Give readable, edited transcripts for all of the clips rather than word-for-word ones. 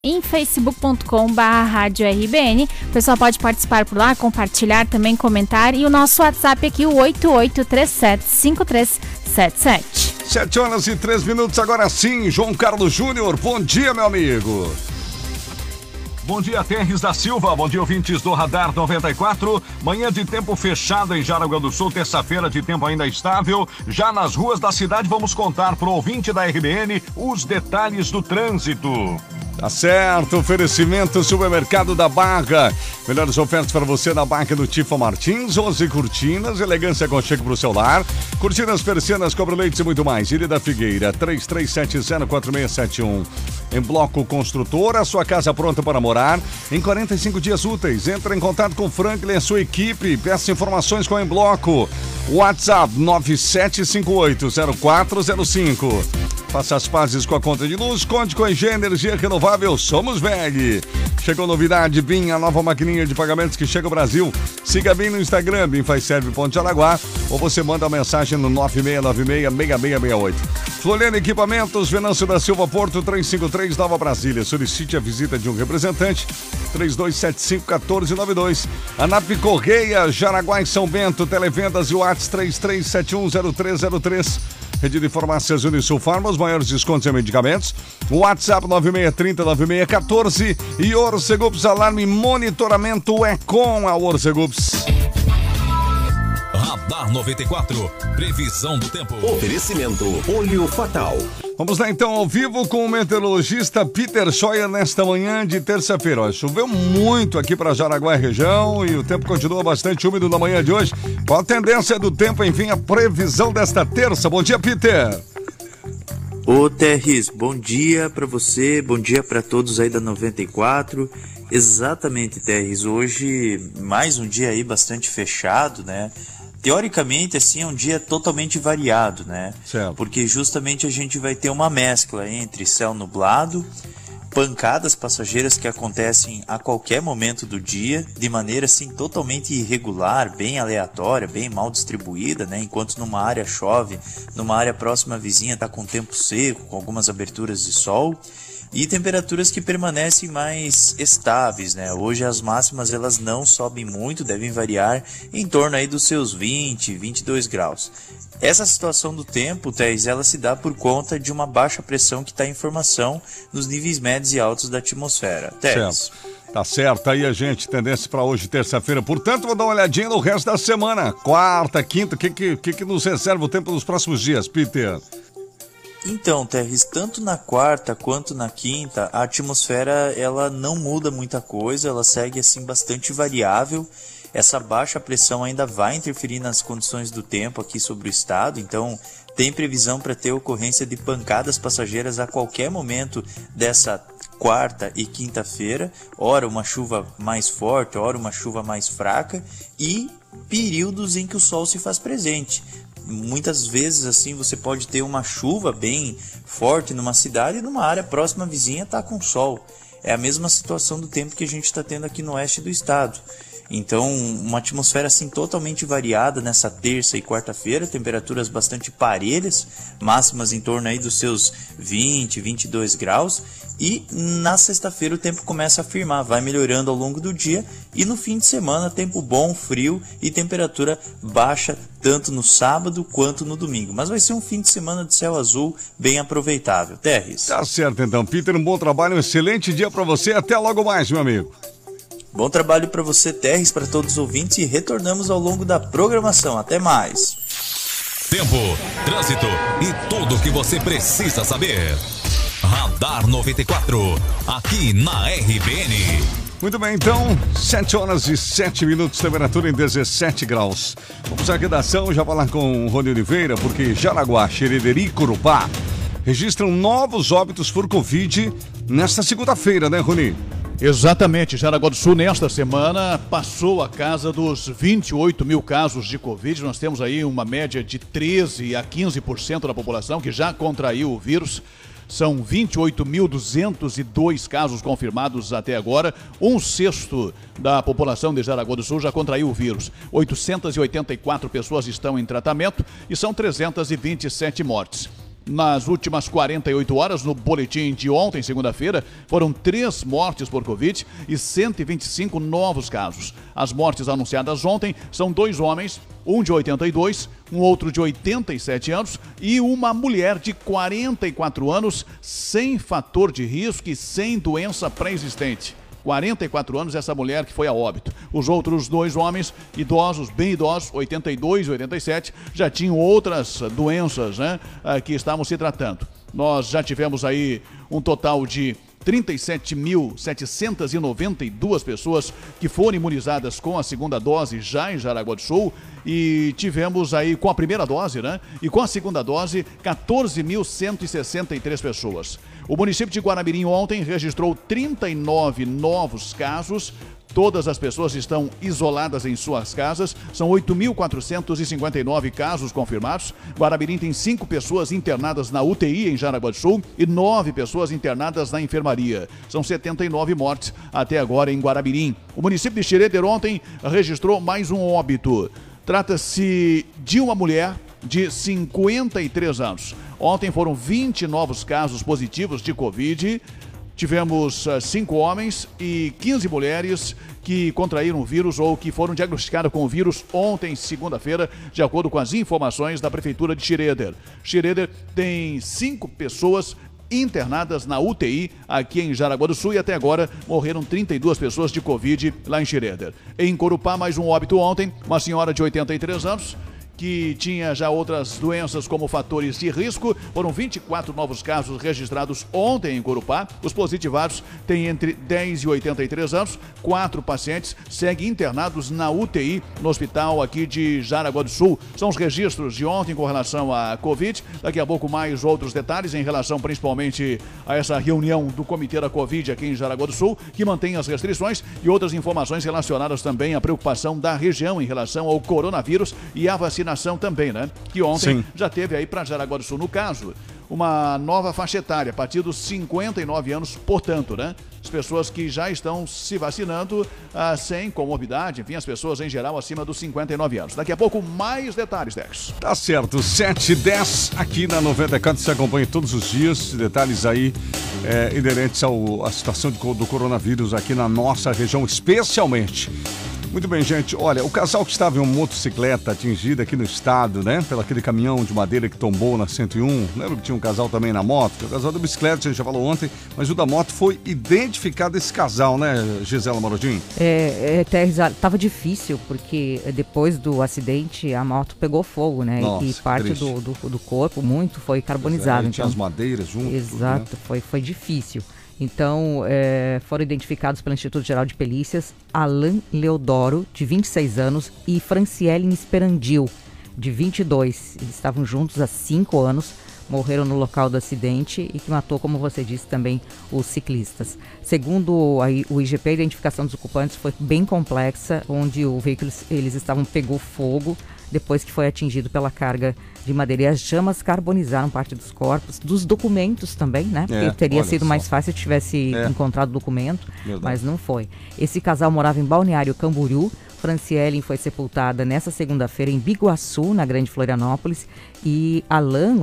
em facebook.com/RadioRBN. O pessoal pode participar por lá, compartilhar, também comentar. E o nosso WhatsApp aqui, o 88375377. 7h03, agora sim, João Carlos Júnior. Bom dia, meu amigo. Bom dia, Terres da Silva. Bom dia, ouvintes do Radar 94. Manhã de tempo fechado em Jaraguá do Sul, terça-feira de tempo ainda estável. Já nas ruas da cidade, vamos contar para o ouvinte da RBN os detalhes do trânsito. Tá certo, oferecimento Supermercado da Barra. Melhores ofertas para você na Barra do Tifa Martins, 11 cortinas, elegância com cheque para o seu lar. Cortinas persianas, cobre-leites e muito mais. Ilha da Figueira, 33704671. Em Bloco Construtor, a sua casa pronta para morar em 45 dias úteis. Entre em contato com o Franklin e a sua equipe. Peça informações com a Em Bloco. WhatsApp 97580405. Faça as pazes com a conta de luz, conte com a EG Energia Renovável, somos VEG. Chegou novidade, BIM, a nova maquininha de pagamentos que chega ao Brasil. Siga BIM no Instagram, BIMFazServe.Jaraguá, ou você manda a mensagem no 9696-6668. Floriano Equipamentos, Venâncio da Silva Porto, 353, Nova Brasília. Solicite a visita de um representante, 3275-1492. ANAP Correia, Jaraguá e São Bento, Televendas e WhatsApp 33710303. Rede de Farmácias Unisul Farma, os maiores descontos em medicamentos. WhatsApp 9630-9614. E Orcegups Alarme Monitoramento é com a Orcegups. Radar 94, previsão do tempo. Oferecimento Olho Fatal. Vamos lá então ao vivo com o meteorologista Peter Scheuer nesta manhã de terça-feira. Choveu muito aqui para Jaraguá e região e o tempo continua bastante úmido na manhã de hoje. Qual a tendência do tempo, enfim, a previsão desta terça? Bom dia, Peter. Ô Terres, bom dia para você, bom dia para todos aí da 94. Exatamente, Terres, hoje mais um dia aí bastante fechado, né? Teoricamente, assim, é um dia totalmente variado, né? Certo. Porque justamente a gente vai ter uma mescla entre céu nublado, pancadas passageiras que acontecem a qualquer momento do dia, de maneira, assim, totalmente irregular, bem aleatória, bem mal distribuída, né? Enquanto numa área chove, numa área próxima vizinha está com tempo seco, com algumas aberturas de sol. E temperaturas que permanecem mais estáveis, né? Hoje as máximas elas não sobem muito, devem variar em torno aí dos seus 20, 22 graus. Essa situação do tempo, Thaís, ela se dá por conta de uma baixa pressão que está em formação nos níveis médios e altos da atmosfera. Thaís. Tá certo, aí a gente, tendência para hoje, terça-feira. Portanto, vou dar uma olhadinha no resto da semana. Quarta, quinta, o que nos reserva o tempo nos próximos dias, Peter? Então, Terres, tanto na quarta quanto na quinta, a atmosfera ela não muda muita coisa, ela segue assim bastante variável. Essa baixa pressão ainda vai interferir nas condições do tempo aqui sobre o estado, então tem previsão para ter ocorrência de pancadas passageiras a qualquer momento dessa quarta e quinta-feira, ora uma chuva mais forte, ora uma chuva mais fraca e períodos em que o sol se faz presente. Muitas vezes assim você pode ter uma chuva bem forte numa cidade e numa área próxima vizinha está com sol. É a mesma situação do tempo que a gente está tendo aqui no oeste do estado. Então, uma atmosfera assim totalmente variada nessa terça e quarta-feira, temperaturas bastante parelhas, máximas em torno aí dos seus 20, 22 graus. E na sexta-feira o tempo começa a firmar, vai melhorando ao longo do dia. E no fim de semana, tempo bom, frio e temperatura baixa, tanto no sábado quanto no domingo. Mas vai ser um fim de semana de céu azul bem aproveitável. Terres. Tá certo então, Peter, um bom trabalho, um excelente dia para você. Até logo mais, meu amigo. Bom trabalho para você, Terres, para todos os ouvintes e retornamos ao longo da programação. Até mais. Tempo, trânsito e tudo o que você precisa saber. Radar 94, aqui na RBN. Muito bem, então, 7h07, temperatura em 17 graus. Vamos à redação, já falar com o Rony Oliveira, porque Jaraguá, Xerereri e Corupá registram novos óbitos por Covid nesta segunda-feira, né, Rony? Exatamente, Jaraguá do Sul nesta semana passou a casa dos 28 mil casos de Covid. Nós temos aí uma média de 13 a 15% da população que já contraiu o vírus. São 28.202 casos confirmados até agora. 1/6 da população de Jaraguá do Sul já contraiu o vírus. 884 pessoas estão em tratamento e são 327 mortes. Nas últimas 48 horas, no boletim de ontem, segunda-feira, foram 3 mortes por Covid e 125 novos casos. As mortes anunciadas ontem são 2 homens, um de 82, um outro de 87 anos e uma mulher de 44 anos sem fator de risco e sem doença pré-existente. 44 anos essa mulher que foi a óbito. Os outros 2 homens idosos, bem idosos, 82 e 87, já tinham outras doenças, né, que estavam se tratando. Nós já tivemos aí um total de 37.792 pessoas que foram imunizadas com a segunda dose já em Jaraguá do Sul e tivemos aí com a primeira dose, né? E com a segunda dose, 14.163 pessoas. O município de Guaramirim ontem registrou 39 novos casos. Todas as pessoas estão isoladas em suas casas. São 8.459 casos confirmados. Guaramirim tem 5 pessoas internadas na UTI em Jaraguá do Sul e 9 pessoas internadas na enfermaria. São 79 mortes até agora em Guaramirim. O município de Xereder ontem registrou mais um óbito. Trata-se de uma mulher de 53 anos. Ontem foram 20 novos casos positivos de Covid. Tivemos 5 homens e 15 mulheres que contraíram o vírus ou que foram diagnosticados com o vírus ontem, segunda-feira, de acordo com as informações da Prefeitura de Xereder. Xereder tem 5 pessoas internadas na UTI aqui em Jaraguá do Sul e até agora morreram 32 pessoas de Covid lá em Xereder. Em Corupá, mais um óbito ontem, uma senhora de 83 anos, que tinha já outras doenças como fatores de risco. Foram 24 novos casos registrados ontem em Corupá. Os positivados têm entre 10 e 83 anos. 4 pacientes seguem internados na UTI no hospital aqui de Jaraguá do Sul. São os registros de ontem com relação à Covid. Daqui a pouco mais outros detalhes em relação principalmente a essa reunião do Comitê da Covid aqui em Jaraguá do Sul, que mantém as restrições e outras informações relacionadas também à preocupação da região em relação ao coronavírus e à vacinação também, né? Que ontem já teve aí para Jaraguá do Sul, no caso, uma nova faixa etária, a partir dos 59 anos, portanto, né? As pessoas que já estão se vacinando sem comorbidade, enfim, as pessoas em geral acima dos 59 anos. Daqui a pouco, mais detalhes, Dex. Tá certo, 7h10 aqui na 94, você acompanha todos os dias, detalhes aí inerentes à situação do coronavírus aqui na nossa região, especialmente. Muito bem, gente. Olha, o casal que estava em uma motocicleta atingida aqui no estado, né? Pelo aquele caminhão de madeira que tombou na 101. Lembra que tinha um casal também na moto? O casal da bicicleta, a gente já falou ontem, mas o da moto foi identificado esse casal, né, Gisela Marodin? Tava difícil, porque depois do acidente a moto pegou fogo, né? Nossa, e parte do corpo muito foi carbonizado. Tinha as madeiras junto. Exato, tudo, né? Foi difícil. Então, foram identificados pelo Instituto Geral de Perícias Alain Leodoro, de 26 anos, e Franciele Esperandil, de 22. Eles estavam juntos há 5 anos, morreram no local do acidente e que matou, como você disse, também os ciclistas. Segundo o IGP, a identificação dos ocupantes foi bem complexa, onde o veículo pegou fogo depois que foi atingido pela carga de madeira. E as chamas carbonizaram parte dos corpos, dos documentos também, né? Porque teria sido mais fácil se tivesse encontrado o documento, mas não foi. Esse casal morava em Balneário Camboriú. Franciele foi sepultada nessa segunda-feira em Biguaçu, na Grande Florianópolis, e Alan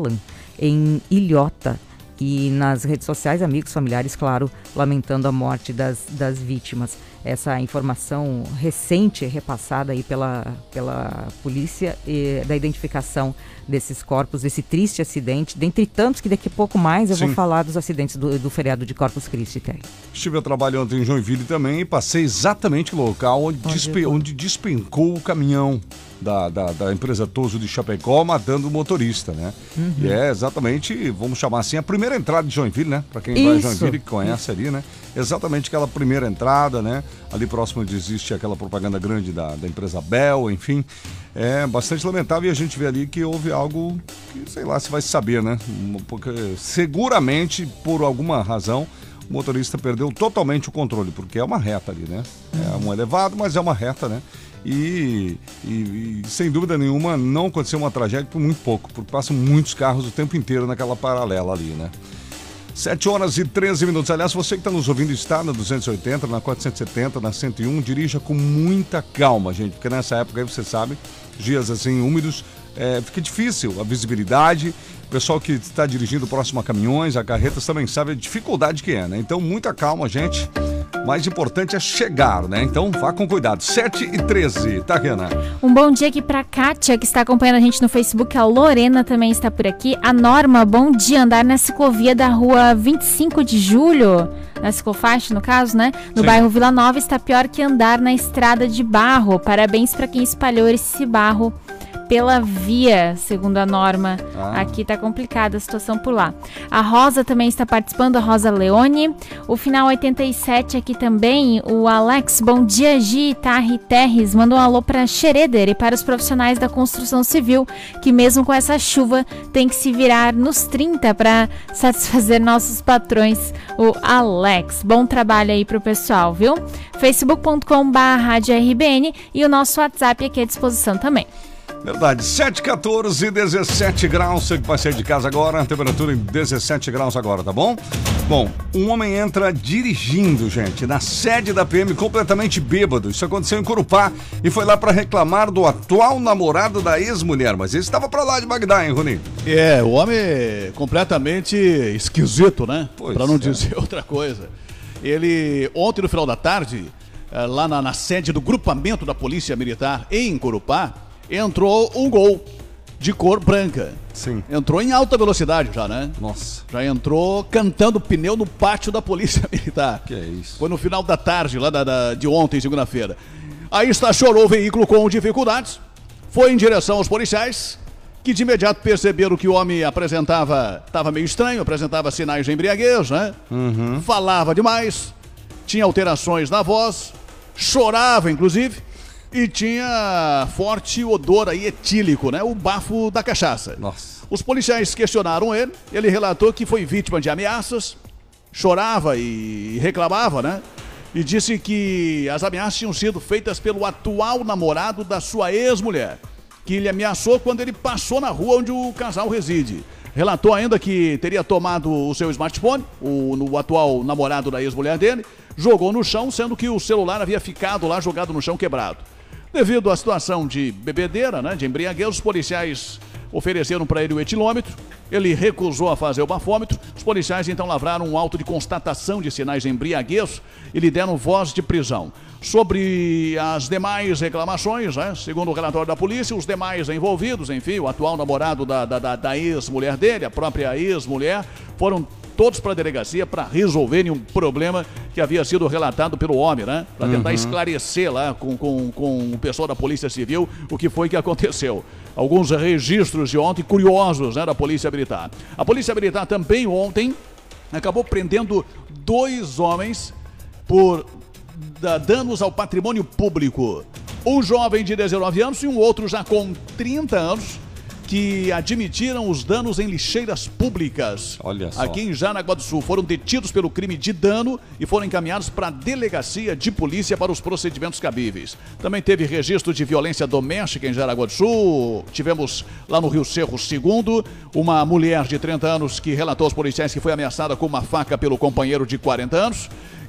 em Ilhota. E nas redes sociais, amigos, familiares, claro, lamentando a morte das vítimas. Essa informação recente repassada aí pela polícia da identificação desses corpos, desse triste acidente, dentre tantos que daqui a pouco mais eu vou falar dos acidentes do feriado de Corpus Christi. Estive trabalhando em Joinville também e passei exatamente no local onde despencou o caminhão da empresa Toso de Chapecó, matando o motorista, né? Uhum. E é exatamente, vamos chamar assim, a primeira entrada de Joinville, né? Para quem vai a Joinville, que conhece ali, né? Exatamente aquela primeira entrada, né? Ali próximo onde existe aquela propaganda grande da empresa Bell, enfim. É bastante lamentável e a gente vê ali que houve algo que, sei lá, se vai saber, né? Porque seguramente, por alguma razão, o motorista perdeu totalmente o controle, porque é uma reta ali, né? É um elevado, mas é uma reta, né? E sem dúvida nenhuma não aconteceu uma tragédia por muito pouco, porque passam muitos carros o tempo inteiro naquela paralela ali, né? 7h13. Aliás, você que está nos ouvindo está na 280, na 470, na 101, dirija com muita calma, gente, porque nessa época aí você sabe, dias assim úmidos, fica difícil a visibilidade. O pessoal que está dirigindo próximo a caminhões, a carretas, também sabe a dificuldade que é, né? Então, muita calma, gente. Mais importante é chegar, né? Então, vá com cuidado. 7h13, tá, Renan? Um bom dia aqui pra Kátia, que está acompanhando a gente no Facebook. A Lorena também está por aqui. A Norma, bom dia. Andar na ciclovia da rua 25 de julho, na ciclofaixa, no caso, né? No Sim. bairro Vila Nova, está pior que andar na estrada de barro. Parabéns para quem espalhou esse barro pela via, segundo a Norma. Aqui tá complicada a situação por lá. A Rosa também está participando, a Rosa Leone. O final 87 aqui também, o Alex, bom dia, Gi, Tarri, Terres, mandou um alô para Schroeder e para os profissionais da construção civil, que mesmo com essa chuva tem que se virar nos 30 para satisfazer nossos patrões, o Alex. Bom trabalho aí pro pessoal, viu? facebook.com/RBN e o nosso WhatsApp aqui à disposição também. Verdade, 7h14, 17 graus, você que vai sair de casa agora, temperatura em 17 graus agora, tá bom? Bom, um homem entra dirigindo, gente, na sede da PM completamente bêbado. Isso aconteceu em Corupá e foi lá para reclamar do atual namorado da ex-mulher, mas ele estava para lá de Bagdá, hein, Rony? O homem é completamente esquisito, né? Para não dizer outra coisa. Ele, ontem no final da tarde, lá na sede do grupamento da Polícia Militar em Corupá, entrou um Gol de cor branca. Sim. Entrou em alta velocidade já, né? Nossa. Já entrou cantando pneu no pátio da Polícia Militar. Que é isso? Foi no final da tarde, lá de ontem, segunda-feira. Aí estacionou o veículo com dificuldades, foi em direção aos policiais, que de imediato perceberam que o homem estava meio estranho, apresentava sinais de embriaguez, né? Falava demais, tinha alterações na voz, chorava, inclusive. E tinha forte odor aí etílico, né? O bafo da cachaça. Nossa. Os policiais questionaram ele relatou que foi vítima de ameaças, chorava e reclamava, né? E disse que as ameaças tinham sido feitas pelo atual namorado da sua ex-mulher, que ele ameaçou quando ele passou na rua onde o casal reside. Relatou ainda que teria tomado o seu smartphone, o atual namorado da ex-mulher dele, jogou no chão, sendo que o celular havia ficado lá jogado no chão quebrado. Devido à situação de bebedeira, né, de embriaguez, os policiais ofereceram para ele o etilômetro, ele recusou a fazer o bafômetro, os policiais então lavraram um auto de constatação de sinais de embriaguez e lhe deram voz de prisão. Sobre as demais reclamações, né, segundo o relatório da polícia, os demais envolvidos, enfim, o atual namorado da ex-mulher dele, a própria ex-mulher, foram todos para a delegacia para resolverem um problema que havia sido relatado pelo homem, né? Para tentar esclarecer lá com o pessoal da Polícia Civil o que foi que aconteceu. Alguns registros de ontem curiosos, né, da Polícia Militar. A Polícia Militar também ontem acabou prendendo 2 homens por danos ao patrimônio público. Um jovem de 19 anos e um outro já com 30 anos, que admitiram os danos em lixeiras públicas. Olha só. Aqui em Jaraguá do Sul. Foram detidos pelo crime de dano e foram encaminhados para a delegacia de polícia para os procedimentos cabíveis. Também teve registro de violência doméstica em Jaraguá do Sul. Tivemos lá no Rio Cerro II, uma mulher de 30 anos que relatou aos policiais que foi ameaçada com uma faca pelo companheiro de 40 anos.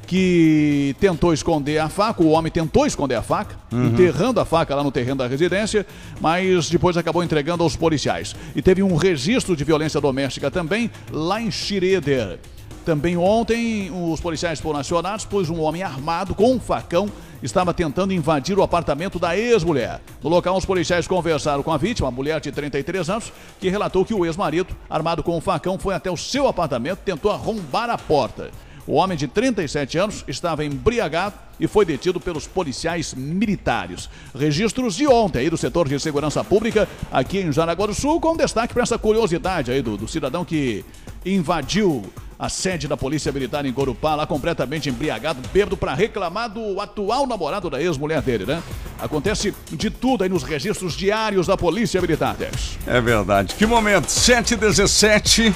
Que tentou esconder a faca, o homem tentou esconder a faca, enterrando a faca lá no terreno da residência, mas depois acabou entregando aos policiais. E teve um registro de violência doméstica também lá em Schroeder. Também ontem os policiais foram acionados, pois um homem armado com um facão estava tentando invadir o apartamento da ex-mulher. No local, os policiais conversaram com a vítima, mulher de 33 anos, que relatou que o ex-marido, armado com um facão, foi até o seu apartamento e tentou arrombar a porta. O homem de 37 anos estava embriagado e foi detido pelos policiais militares. Registros de ontem aí do setor de segurança pública aqui em Jaraguá do Sul, com destaque para essa curiosidade aí do cidadão que invadiu a sede da Polícia Militar em Corupá, lá completamente embriagado, bêbado, para reclamar do atual namorado da ex-mulher dele, né? Acontece de tudo aí nos registros diários da Polícia Militar, Tex. É verdade. Que momento, 7h17.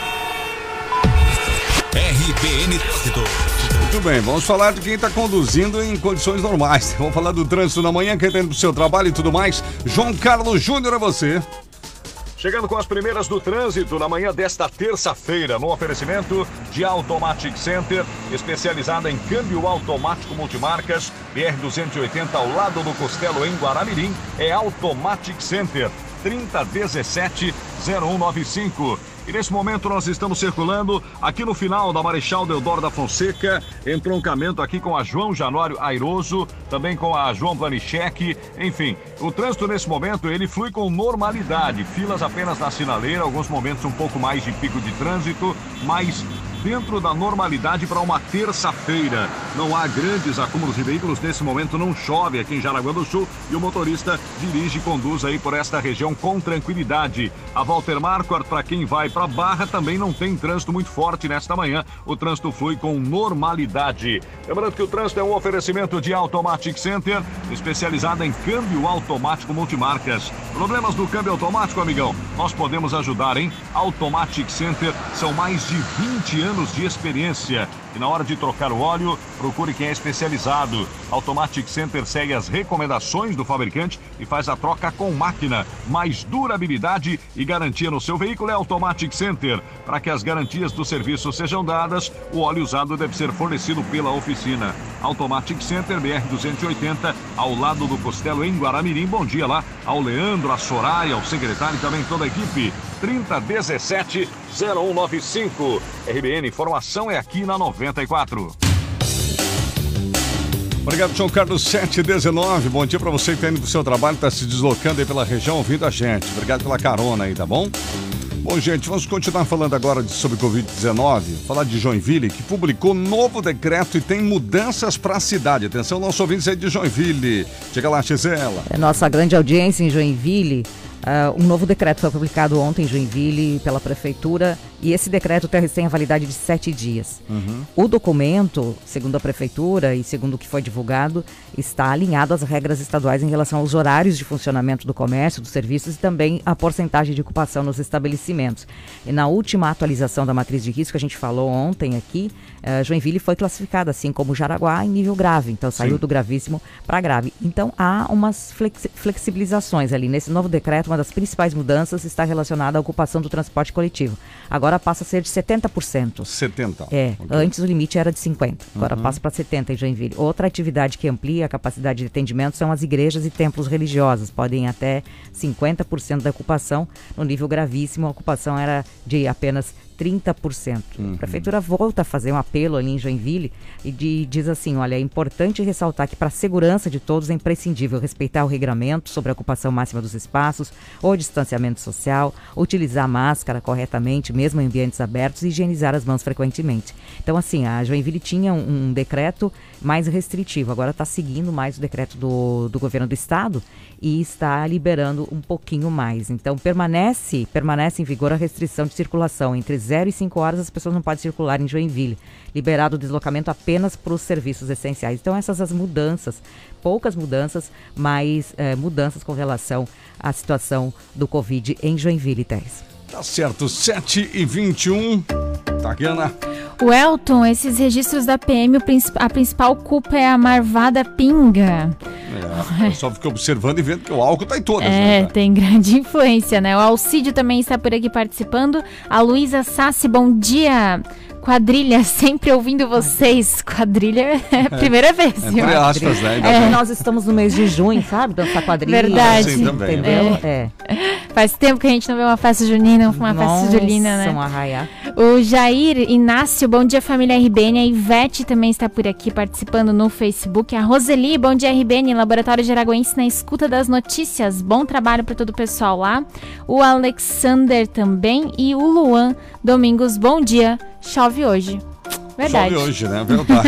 RBN Trânsito. Muito bem, vamos falar de quem está conduzindo em condições normais. Vamos falar do trânsito na manhã, quem está indo para o seu trabalho e tudo mais. João Carlos Júnior, é você. Chegando com as primeiras do trânsito na manhã desta terça-feira, no oferecimento de Automatic Center, especializada em câmbio automático multimarcas, BR-280 ao lado do Costelo em Guaramirim, é Automatic Center. 3017-0195. E nesse momento nós estamos circulando aqui no final da Marechal Deodoro da Fonseca, entroncamento aqui com a João Januário Airoso, também com a João Planichek, enfim, o trânsito nesse momento ele flui com normalidade, filas apenas na sinaleira, alguns momentos um pouco mais de pico de trânsito, mas dentro da normalidade para uma terça-feira. Não há grandes acúmulos de veículos, nesse momento não chove aqui em Jaraguá do Sul e o motorista dirige e conduz aí por esta região com tranquilidade. A Walter Marquardt, para quem vai para Barra, também não tem trânsito muito forte nesta manhã, o trânsito flui com normalidade. Lembrando que o trânsito é um oferecimento de Automatic Center, especializada em câmbio automático multimarcas. Problemas do câmbio automático, amigão? Nós podemos ajudar, hein? Automatic Center, são mais de 20 anos de experiência. E na hora de trocar o óleo, procure quem é especializado. Automatic Center segue as recomendações do fabricante e faz a troca com máquina. Mais durabilidade e garantia no seu veículo é Automatic Center. Para que as garantias do serviço sejam dadas, o óleo usado deve ser fornecido pela oficina. Automatic Center, BR-280, ao lado do Costelo, em Guaramirim. Bom dia lá ao Leandro, a Soraya, ao secretário e também toda a equipe. 3017-0195. RBN Informação é aqui na 94. Obrigado, João Carlos, 719. Bom dia para você que está indo para o seu trabalho, está se deslocando aí pela região, ouvindo a gente. Obrigado pela carona aí, tá bom? Bom, gente, vamos continuar falando agora sobre Covid-19, falar de Joinville, que publicou novo decreto e tem mudanças para a cidade. Atenção, nosso ouvinte aí de Joinville. Chega lá, Gisela. É nossa grande audiência em Joinville. Um novo decreto foi publicado ontem em Joinville pela Prefeitura e esse decreto tem a validade de 7 dias. O documento, segundo a Prefeitura e segundo o que foi divulgado, está alinhado às regras estaduais em relação aos horários de funcionamento do comércio, dos serviços e também a porcentagem de ocupação nos estabelecimentos. E na última atualização da matriz de risco, que a gente falou ontem aqui, Joinville foi classificada assim como Jaraguá em nível grave, então saiu do gravíssimo para grave. Então há umas flexibilizações ali. Nesse novo decreto, uma das principais mudanças está relacionada à ocupação do transporte coletivo. Agora passa a ser de 70%. 70%. Okay. Antes o limite era de 50%, agora passa para 70% em Joinville. Outra atividade que amplia a capacidade de atendimento são as igrejas e templos religiosos. Podem até 50% da ocupação. No nível gravíssimo, a ocupação era de apenas 30%. A Prefeitura volta a fazer um apelo ali em Joinville e diz assim, olha, é importante ressaltar que para a segurança de todos é imprescindível respeitar o regramento sobre a ocupação máxima dos espaços, o distanciamento social, utilizar máscara corretamente, mesmo em ambientes abertos, e higienizar as mãos frequentemente. Então, assim, a Joinville tinha um decreto mais restritivo, agora está seguindo mais o decreto do governo do estado e está liberando um pouquinho mais. Então, permanece em vigor a restrição de circulação. Entre 0 e 5 horas as pessoas não podem circular em Joinville. Liberado o deslocamento apenas para os serviços essenciais. Então, essas as mudanças, poucas mudanças, mas mudanças com relação à situação do Covid em Joinville, Teres. Tá certo, 7h21. Tatiana. O Elton, esses registros da PM, a principal culpa é a marvada pinga. Eu só fico observando e vendo que o álcool tá em todas. Tem grande influência, né? O Alcídio também está por aqui participando. A Luísa Sassi, bom dia. Quadrilha, sempre ouvindo vocês. Quadrilha é a primeira vez. Entre aspas, né? Nós estamos no mês de junho, sabe? Dançar quadrilha. Verdade. Sim, também. Entendeu? Faz tempo que a gente não vê uma festa junina, festa julina, né? Um arraiá. O Jair Inácio, bom dia, família RBN. A Ivete também está por aqui participando no Facebook. A Roseli, bom dia, RBN. Laboratório de Araguense na escuta das notícias. Bom trabalho para todo o pessoal lá. O Alexander também. E o Luan Domingos, bom dia. Chove hoje. Verdade. Chove hoje, né? Verdade.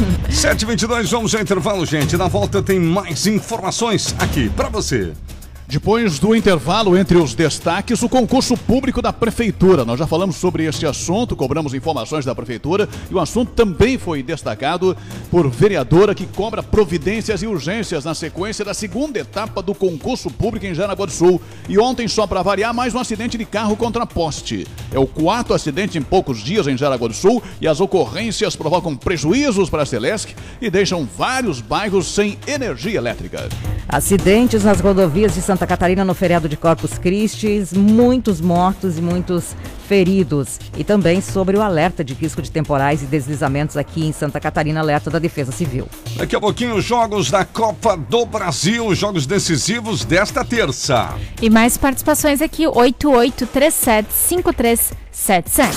7h22, vamos ao intervalo, gente. Na volta tem mais informações aqui para você. Depois do intervalo, entre os destaques, o concurso público da Prefeitura. Nós já falamos sobre este assunto, cobramos informações da Prefeitura e o assunto também foi destacado por vereadora que cobra providências e urgências na sequência da segunda etapa do concurso público em Jaraguá do Sul. E ontem, só para variar, mais um acidente de carro contra poste. É o 4º acidente em poucos dias em Jaraguá do Sul e as ocorrências provocam prejuízos para a Celesc e deixam vários bairros sem energia elétrica. Acidentes nas rodovias de Santa Catarina no feriado de Corpus Christi, muitos mortos e muitos feridos. E também sobre o alerta de risco de temporais e deslizamentos aqui em Santa Catarina, alerta da Defesa Civil. Daqui a pouquinho, os jogos da Copa do Brasil, os jogos decisivos desta terça. E mais participações aqui, 8837-5377.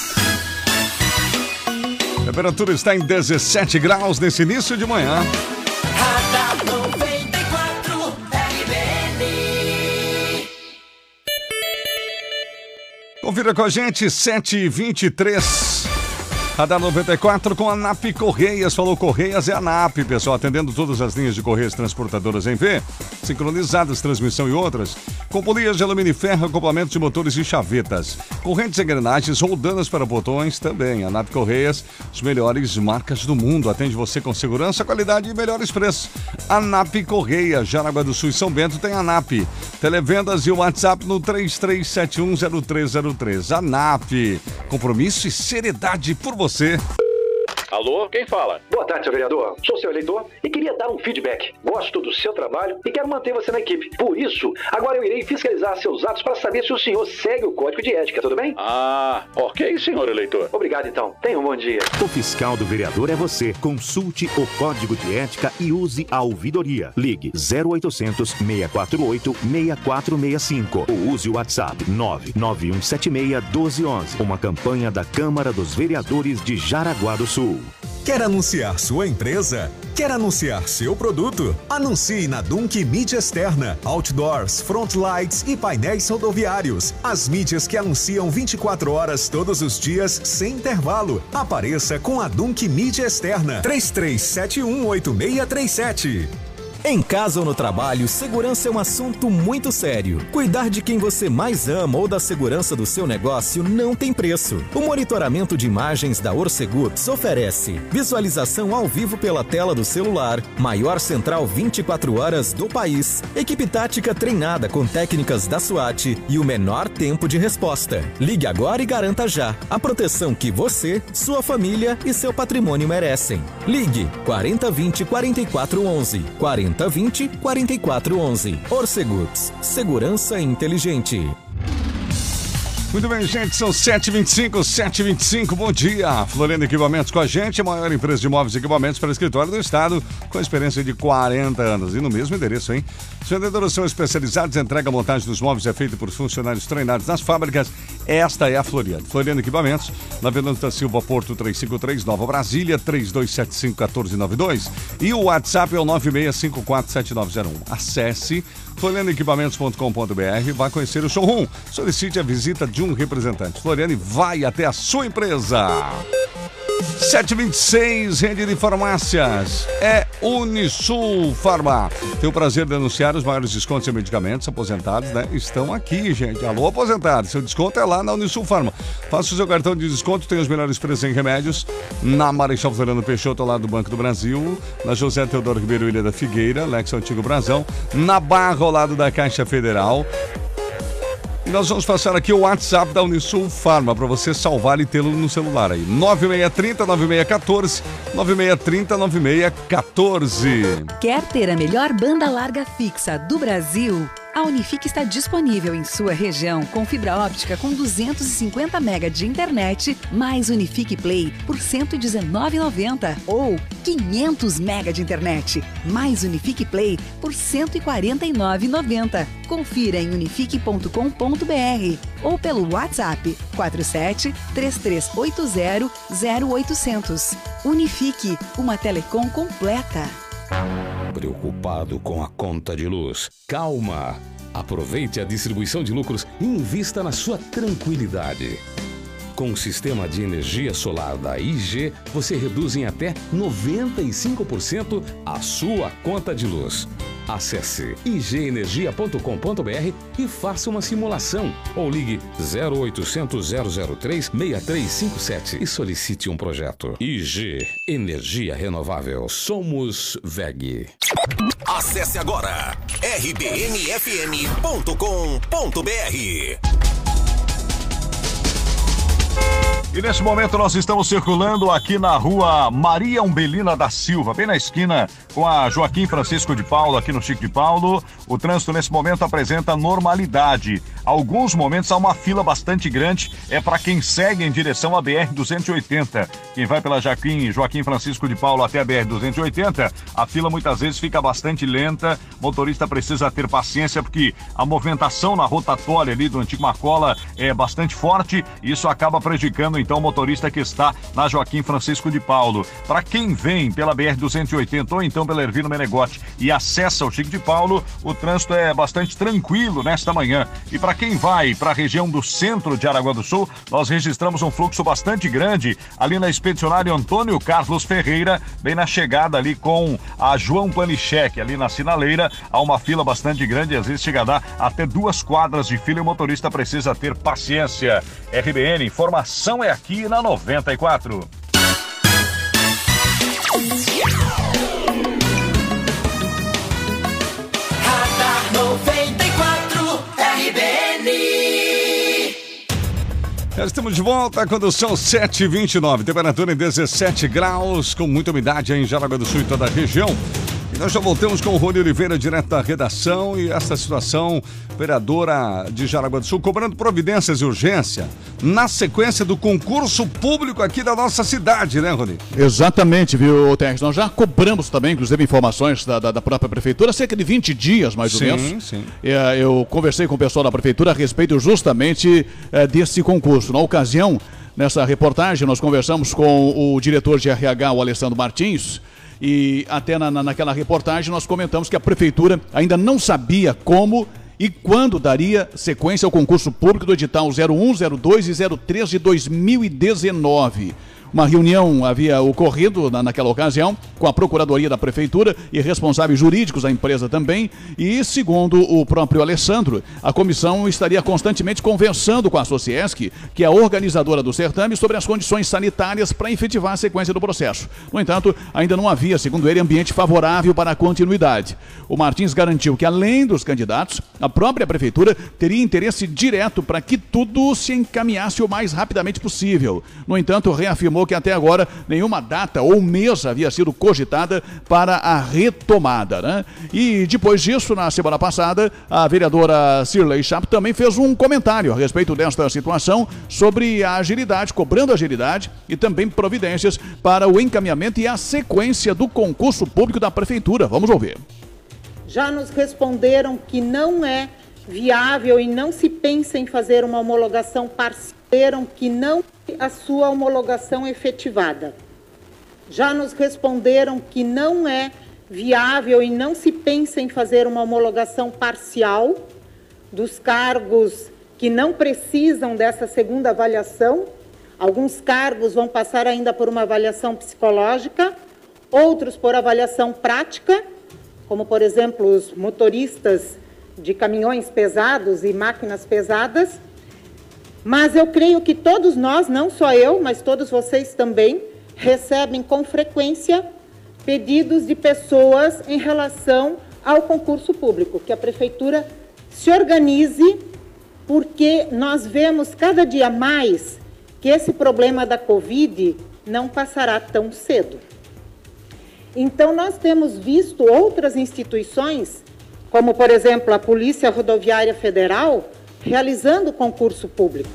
A temperatura está em 17 graus nesse início de manhã. Radar 94 RBN. Confira com a gente, 7h23. Radar 94 com a NAP Correias. Falou Correias, é a NAP, pessoal, atendendo todas as linhas de Correias transportadoras em V, sincronizadas, transmissão e outras, com polias de alumínio e ferro, acoplamentos de motores e chavetas, correntes e engrenagens, roldanas para botões também. A NAP Correias, as melhores marcas do mundo, atende você com segurança, qualidade e melhores preços. A NAP Correias, Jaraguá do Sul e São Bento tem a NAP. Televendas e o WhatsApp no 33710303. A NAP, compromisso e seriedade por você. Alô, quem fala? Boa tarde, seu vereador. Sou seu eleitor e queria dar um feedback. Gosto do seu trabalho e quero manter você na equipe. Por isso, agora eu irei fiscalizar seus atos para saber se o senhor segue o Código de Ética, tudo bem? Ah, ok, senhor eleitor. Obrigado, então. Tenha um bom dia. O fiscal do vereador é você. Consulte o Código de Ética e use a ouvidoria. Ligue 0800 648 6465 ou use o WhatsApp 99176 1211. Uma campanha da Câmara dos Vereadores de Jaraguá do Sul. Quer anunciar sua empresa? Quer anunciar seu produto? Anuncie na Dunk Mídia Externa, outdoors, front lights e painéis rodoviários. As mídias que anunciam 24 horas todos os dias, sem intervalo. Apareça com a Dunk Mídia Externa. 33718637. Em casa ou no trabalho, segurança é um assunto muito sério. Cuidar de quem você mais ama ou da segurança do seu negócio não tem preço. O monitoramento de imagens da Orcegups oferece visualização ao vivo pela tela do celular, maior central 24 horas do país, equipe tática treinada com técnicas da SWAT e o menor tempo de resposta. Ligue agora e garanta já a proteção que você, sua família e seu patrimônio merecem. Ligue 4020 4411 4020 4411. Orcegups, segurança inteligente. Muito bem, gente, são 7h25, bom dia. Floriano Equipamentos com a gente, a maior empresa de móveis e equipamentos para escritório do estado, com experiência de 40 anos. E no mesmo endereço, hein? Os vendedores são especializados, entrega a montagem dos móveis é feita por funcionários treinados nas fábricas. Esta é a Floriano. Floriano Equipamentos, na Venâncio da Silva, Porto 353, Nova Brasília, 3275-1492. E o WhatsApp é o 96547901. Acesse florianoequipamentos.com.br, vá conhecer o showroom. Solicite a visita de um representante. Floriano vai até a sua empresa. 7h26, rede de farmácias é Unisul Farma. Tenho o prazer de anunciar os maiores descontos em medicamentos. Aposentados, né? Estão aqui, gente. Alô, aposentados. Seu desconto é lá na Unisul Farma. Faça o seu cartão de desconto, tem os melhores preços em remédios. Na Marechal Floriano Peixoto, ao lado do Banco do Brasil. Na José Teodoro Ribeiro, Ilha da Figueira, Lex Antigo Brasão. Na Barra, ao lado da Caixa Federal. E nós vamos passar aqui o WhatsApp da Unisul Farma para você salvar e tê-lo no celular aí. 9630-9614, 9630-9614. Quer ter a melhor banda larga fixa do Brasil? A Unifique está disponível em sua região com fibra óptica com 250 MB de internet, mais Unifique Play por R$ 119,90 ou 500 MB de internet, mais Unifique Play por R$ 149,90. Confira em unifique.com.br ou pelo WhatsApp 47 3380 0800. Unifique, uma telecom completa. Preocupado com a conta de luz? Calma! Aproveite a distribuição de lucros e invista na sua tranquilidade. Com o sistema de energia solar da IG, você reduz em até 95% a sua conta de luz. Acesse igenergia.com.br e faça uma simulação ou ligue 0800 003 6357 e solicite um projeto. IG Energia Renovável. Somos WEG. Acesse agora rbnfm.com.br. E nesse momento nós estamos circulando aqui na rua Maria Umbelina da Silva, bem na esquina com a Joaquim Francisco de Paulo, aqui no Chico de Paulo. O trânsito nesse momento apresenta normalidade. Alguns momentos há uma fila bastante grande, é para quem segue em direção à BR-280. Quem vai pela Joaquim Francisco de Paulo até a BR-280, a fila muitas vezes fica bastante lenta. O motorista precisa ter paciência porque a movimentação na rotatória ali do antigo Marcola é bastante forte e isso acaba prejudicando então o motorista que está na Joaquim Francisco de Paulo. Para quem vem pela BR-280 ou então pela Ervino Menegotti e acessa o Chico de Paulo, o trânsito é bastante tranquilo nesta manhã. E para quem vai para a região do centro de Araguá do Sul, nós registramos um fluxo bastante grande ali na Expedicionária Antônio Carlos Ferreira, bem na chegada ali com a João Panichek, ali na sinaleira, há uma fila bastante grande, às vezes chega a dar até 2 quadras de fila e o motorista precisa ter paciência. RBN, informação é aqui na 94. Radar 94 RBN. Já estamos de volta quando são 7h29, temperatura em 17 graus, com muita umidade em Jaraguá do Sul e toda a região. E nós já voltamos com o Rony Oliveira, direto da redação, e essa situação, vereadora de Jaraguá do Sul, cobrando providências e urgência na sequência do concurso público aqui da nossa cidade, né, Rony? Exatamente, viu, Terres? Nós já cobramos também, inclusive, informações da própria prefeitura, cerca de 20 dias, mais ou menos. Sim. Eu conversei com o pessoal da prefeitura a respeito justamente desse concurso. Na ocasião, nessa reportagem, nós conversamos com o diretor de RH, o Alessandro Martins, e até naquela reportagem nós comentamos que a prefeitura ainda não sabia como e quando daria sequência ao concurso público do edital 01, 02 e 03 de 2019. Uma reunião havia ocorrido naquela ocasião com a Procuradoria da Prefeitura e responsáveis jurídicos da empresa também. E, segundo o próprio Alessandro, a comissão estaria constantemente conversando com a Sociesc, que é a organizadora do certame, sobre as condições sanitárias para efetivar a sequência do processo. No entanto, ainda não havia, segundo ele, ambiente favorável para a continuidade. O Martins garantiu que, além dos candidatos, a própria Prefeitura teria interesse direto para que tudo se encaminhasse o mais rapidamente possível. No entanto, reafirmou que até agora nenhuma data ou mês havia sido cogitada para a retomada, né? E depois disso, na semana passada, a vereadora Cirlei Chapo também fez um comentário a respeito desta situação sobre a agilidade, cobrando agilidade e também providências para o encaminhamento e a sequência do concurso público da Prefeitura. Vamos ouvir. Já nos responderam que não é viável e não se pensa em fazer uma homologação parcial, que não a sua homologação efetivada. Já nos responderam que não é viável e não se pensa em fazer uma homologação parcial dos cargos que não precisam dessa segunda avaliação. Alguns cargos vão passar ainda por uma avaliação psicológica, outros por avaliação prática, como, por exemplo, os motoristas de caminhões pesados e máquinas pesadas. Mas eu creio que todos nós, não só eu, mas todos vocês também, recebem com frequência pedidos de pessoas em relação ao concurso público, que a Prefeitura se organize, porque nós vemos cada dia mais que esse problema da Covid não passará tão cedo. Então, nós temos visto outras instituições, como, por exemplo, a Polícia Rodoviária Federal, realizando concurso público.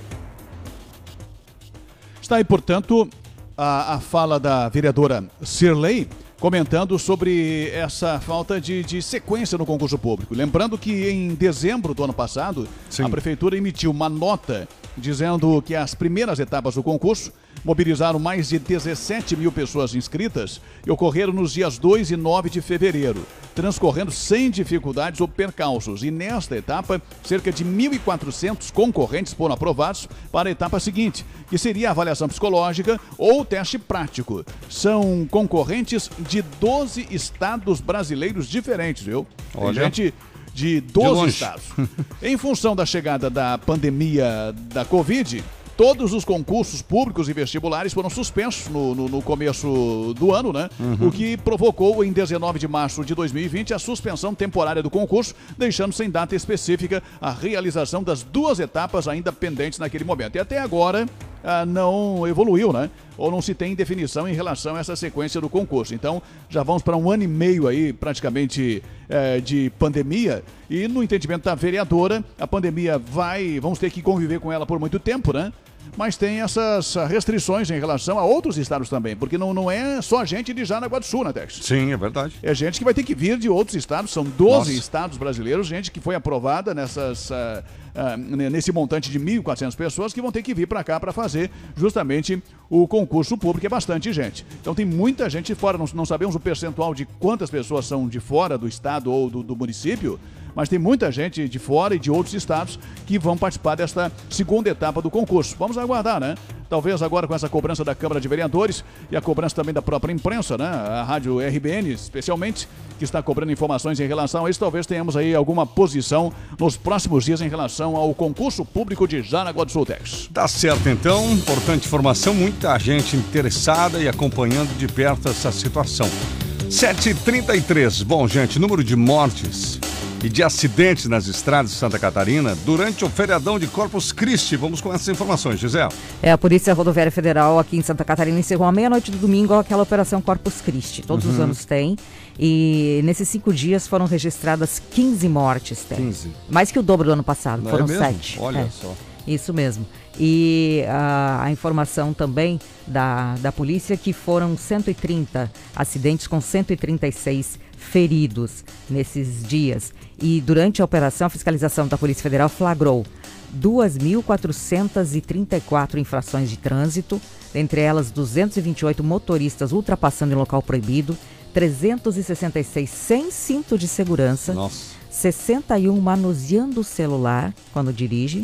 Está aí, portanto, a fala da vereadora Cirlei, comentando sobre essa falta de sequência no concurso público. Lembrando que em dezembro do ano passado, a Prefeitura emitiu uma nota dizendo que as primeiras etapas do concurso mobilizaram mais de 17 mil pessoas inscritas e ocorreram nos dias 2 e 9 de fevereiro, transcorrendo sem dificuldades ou percalços. E nesta etapa, cerca de 1.400 concorrentes foram aprovados para a etapa seguinte, que seria a avaliação psicológica ou teste prático. São concorrentes de 12 estados brasileiros diferentes, viu? Tem gente de 12 estados. Em função da chegada da pandemia da Covid, todos os concursos públicos e vestibulares foram suspensos no começo do ano, né? O que provocou, em 19 de março de 2020, a suspensão temporária do concurso, deixando sem data específica a realização das 2 etapas ainda pendentes naquele momento. E até agora, não evoluiu, né? Ou não se tem definição em relação a essa sequência do concurso. Então, já vamos para 1 ano e meio aí, praticamente, de pandemia. E no entendimento da vereadora, a pandemia vamos ter que conviver com ela por muito tempo, né? Mas tem essas restrições em relação a outros estados também, porque não é só gente de Jaraguá do Sul, né, Tex? Sim, é verdade. É gente que vai ter que vir de outros estados, são 12 estados brasileiros, gente que foi aprovada nesse montante de 1.400 pessoas que vão ter que vir para cá para fazer justamente o concurso público, é bastante gente. Então tem muita gente de fora, não sabemos o percentual de quantas pessoas são de fora do estado ou do município, mas tem muita gente de fora e de outros estados que vão participar desta segunda etapa do concurso. Vamos aguardar, né? Talvez agora com essa cobrança da Câmara de Vereadores e a cobrança também da própria imprensa, né? A Rádio RBN, especialmente, que está cobrando informações em relação a isso, talvez tenhamos aí alguma posição nos próximos dias em relação ao concurso público de Jaraguá do Sul, Tex. Tá certo, então. Importante informação, muita gente interessada e acompanhando de perto essa situação. 7h33. Bom, gente, número de mortes e de acidentes nas estradas de Santa Catarina durante o feriadão de Corpus Christi. Vamos com essas informações, Gisele. A Polícia Rodoviária Federal aqui em Santa Catarina encerrou à meia-noite do domingo aquela Operação Corpus Christi. Todos os anos tem. E nesses 5 dias foram registradas 15 mortes. 15. Mais que o dobro do ano passado. Não foram é mesmo? 7. Olha só. Isso mesmo. E a informação também da polícia que foram 130 acidentes com 136 feridos nesses dias. E durante a operação, a fiscalização da Polícia Federal flagrou 2.434 infrações de trânsito, entre elas 228 motoristas ultrapassando em local proibido, 366 sem cinto de segurança, 61 manuseando o celular quando dirige,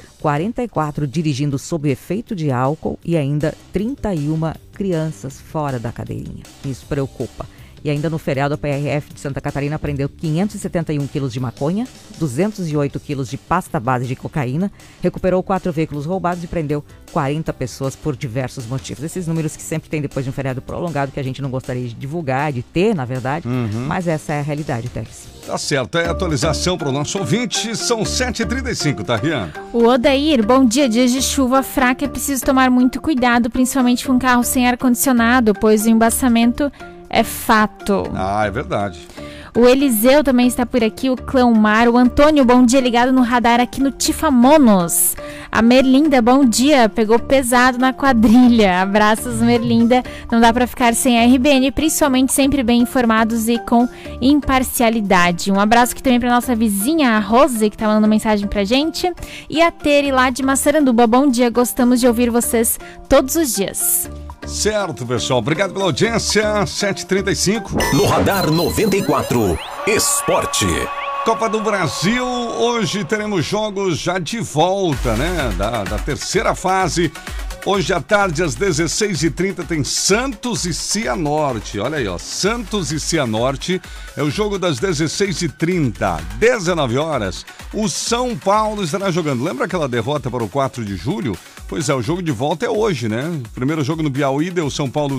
44 dirigindo sob efeito de álcool e ainda 31 crianças fora da cadeirinha. Isso preocupa. E ainda no feriado, a PRF de Santa Catarina apreendeu 571 quilos de maconha, 208 quilos de pasta base de cocaína, recuperou 4 veículos roubados e prendeu 40 pessoas por diversos motivos. Esses números que sempre tem depois de um feriado prolongado, que a gente não gostaria de divulgar, de ter, na verdade, mas essa é a realidade, Tex. Tá certo, é atualização para o nosso ouvinte, são 7h35, tá, Rian? O Odair, bom dia, dias de chuva fraca, é preciso tomar muito cuidado, principalmente com carro sem ar-condicionado, pois o embaçamento é fato. É verdade. O Eliseu também está por aqui, o Cleomar, o Antônio, bom dia, ligado no radar aqui no Tifamonos. A Merlinda, bom dia, pegou pesado na quadrilha. Abraços, Merlinda. Não dá para ficar sem a RBN, principalmente sempre bem informados e com imparcialidade. Um abraço aqui também para nossa vizinha, a Rose, que tá mandando mensagem pra gente. E a Tere, lá de Massaranduba, bom dia, gostamos de ouvir vocês todos os dias. Certo, pessoal. Obrigado pela audiência. 7h35. No Radar 94, Esporte. Copa do Brasil. Hoje teremos jogos já de volta, né? Da terceira fase. Hoje à tarde, às 16h30, tem Santos e Cianorte. Olha aí, ó. Santos e Cianorte. É o jogo das 16h30. 19 horas. O São Paulo estará jogando. Lembra aquela derrota para o 4 de julho? Pois é, o jogo de volta é hoje, né? Primeiro jogo no Piauí deu São Paulo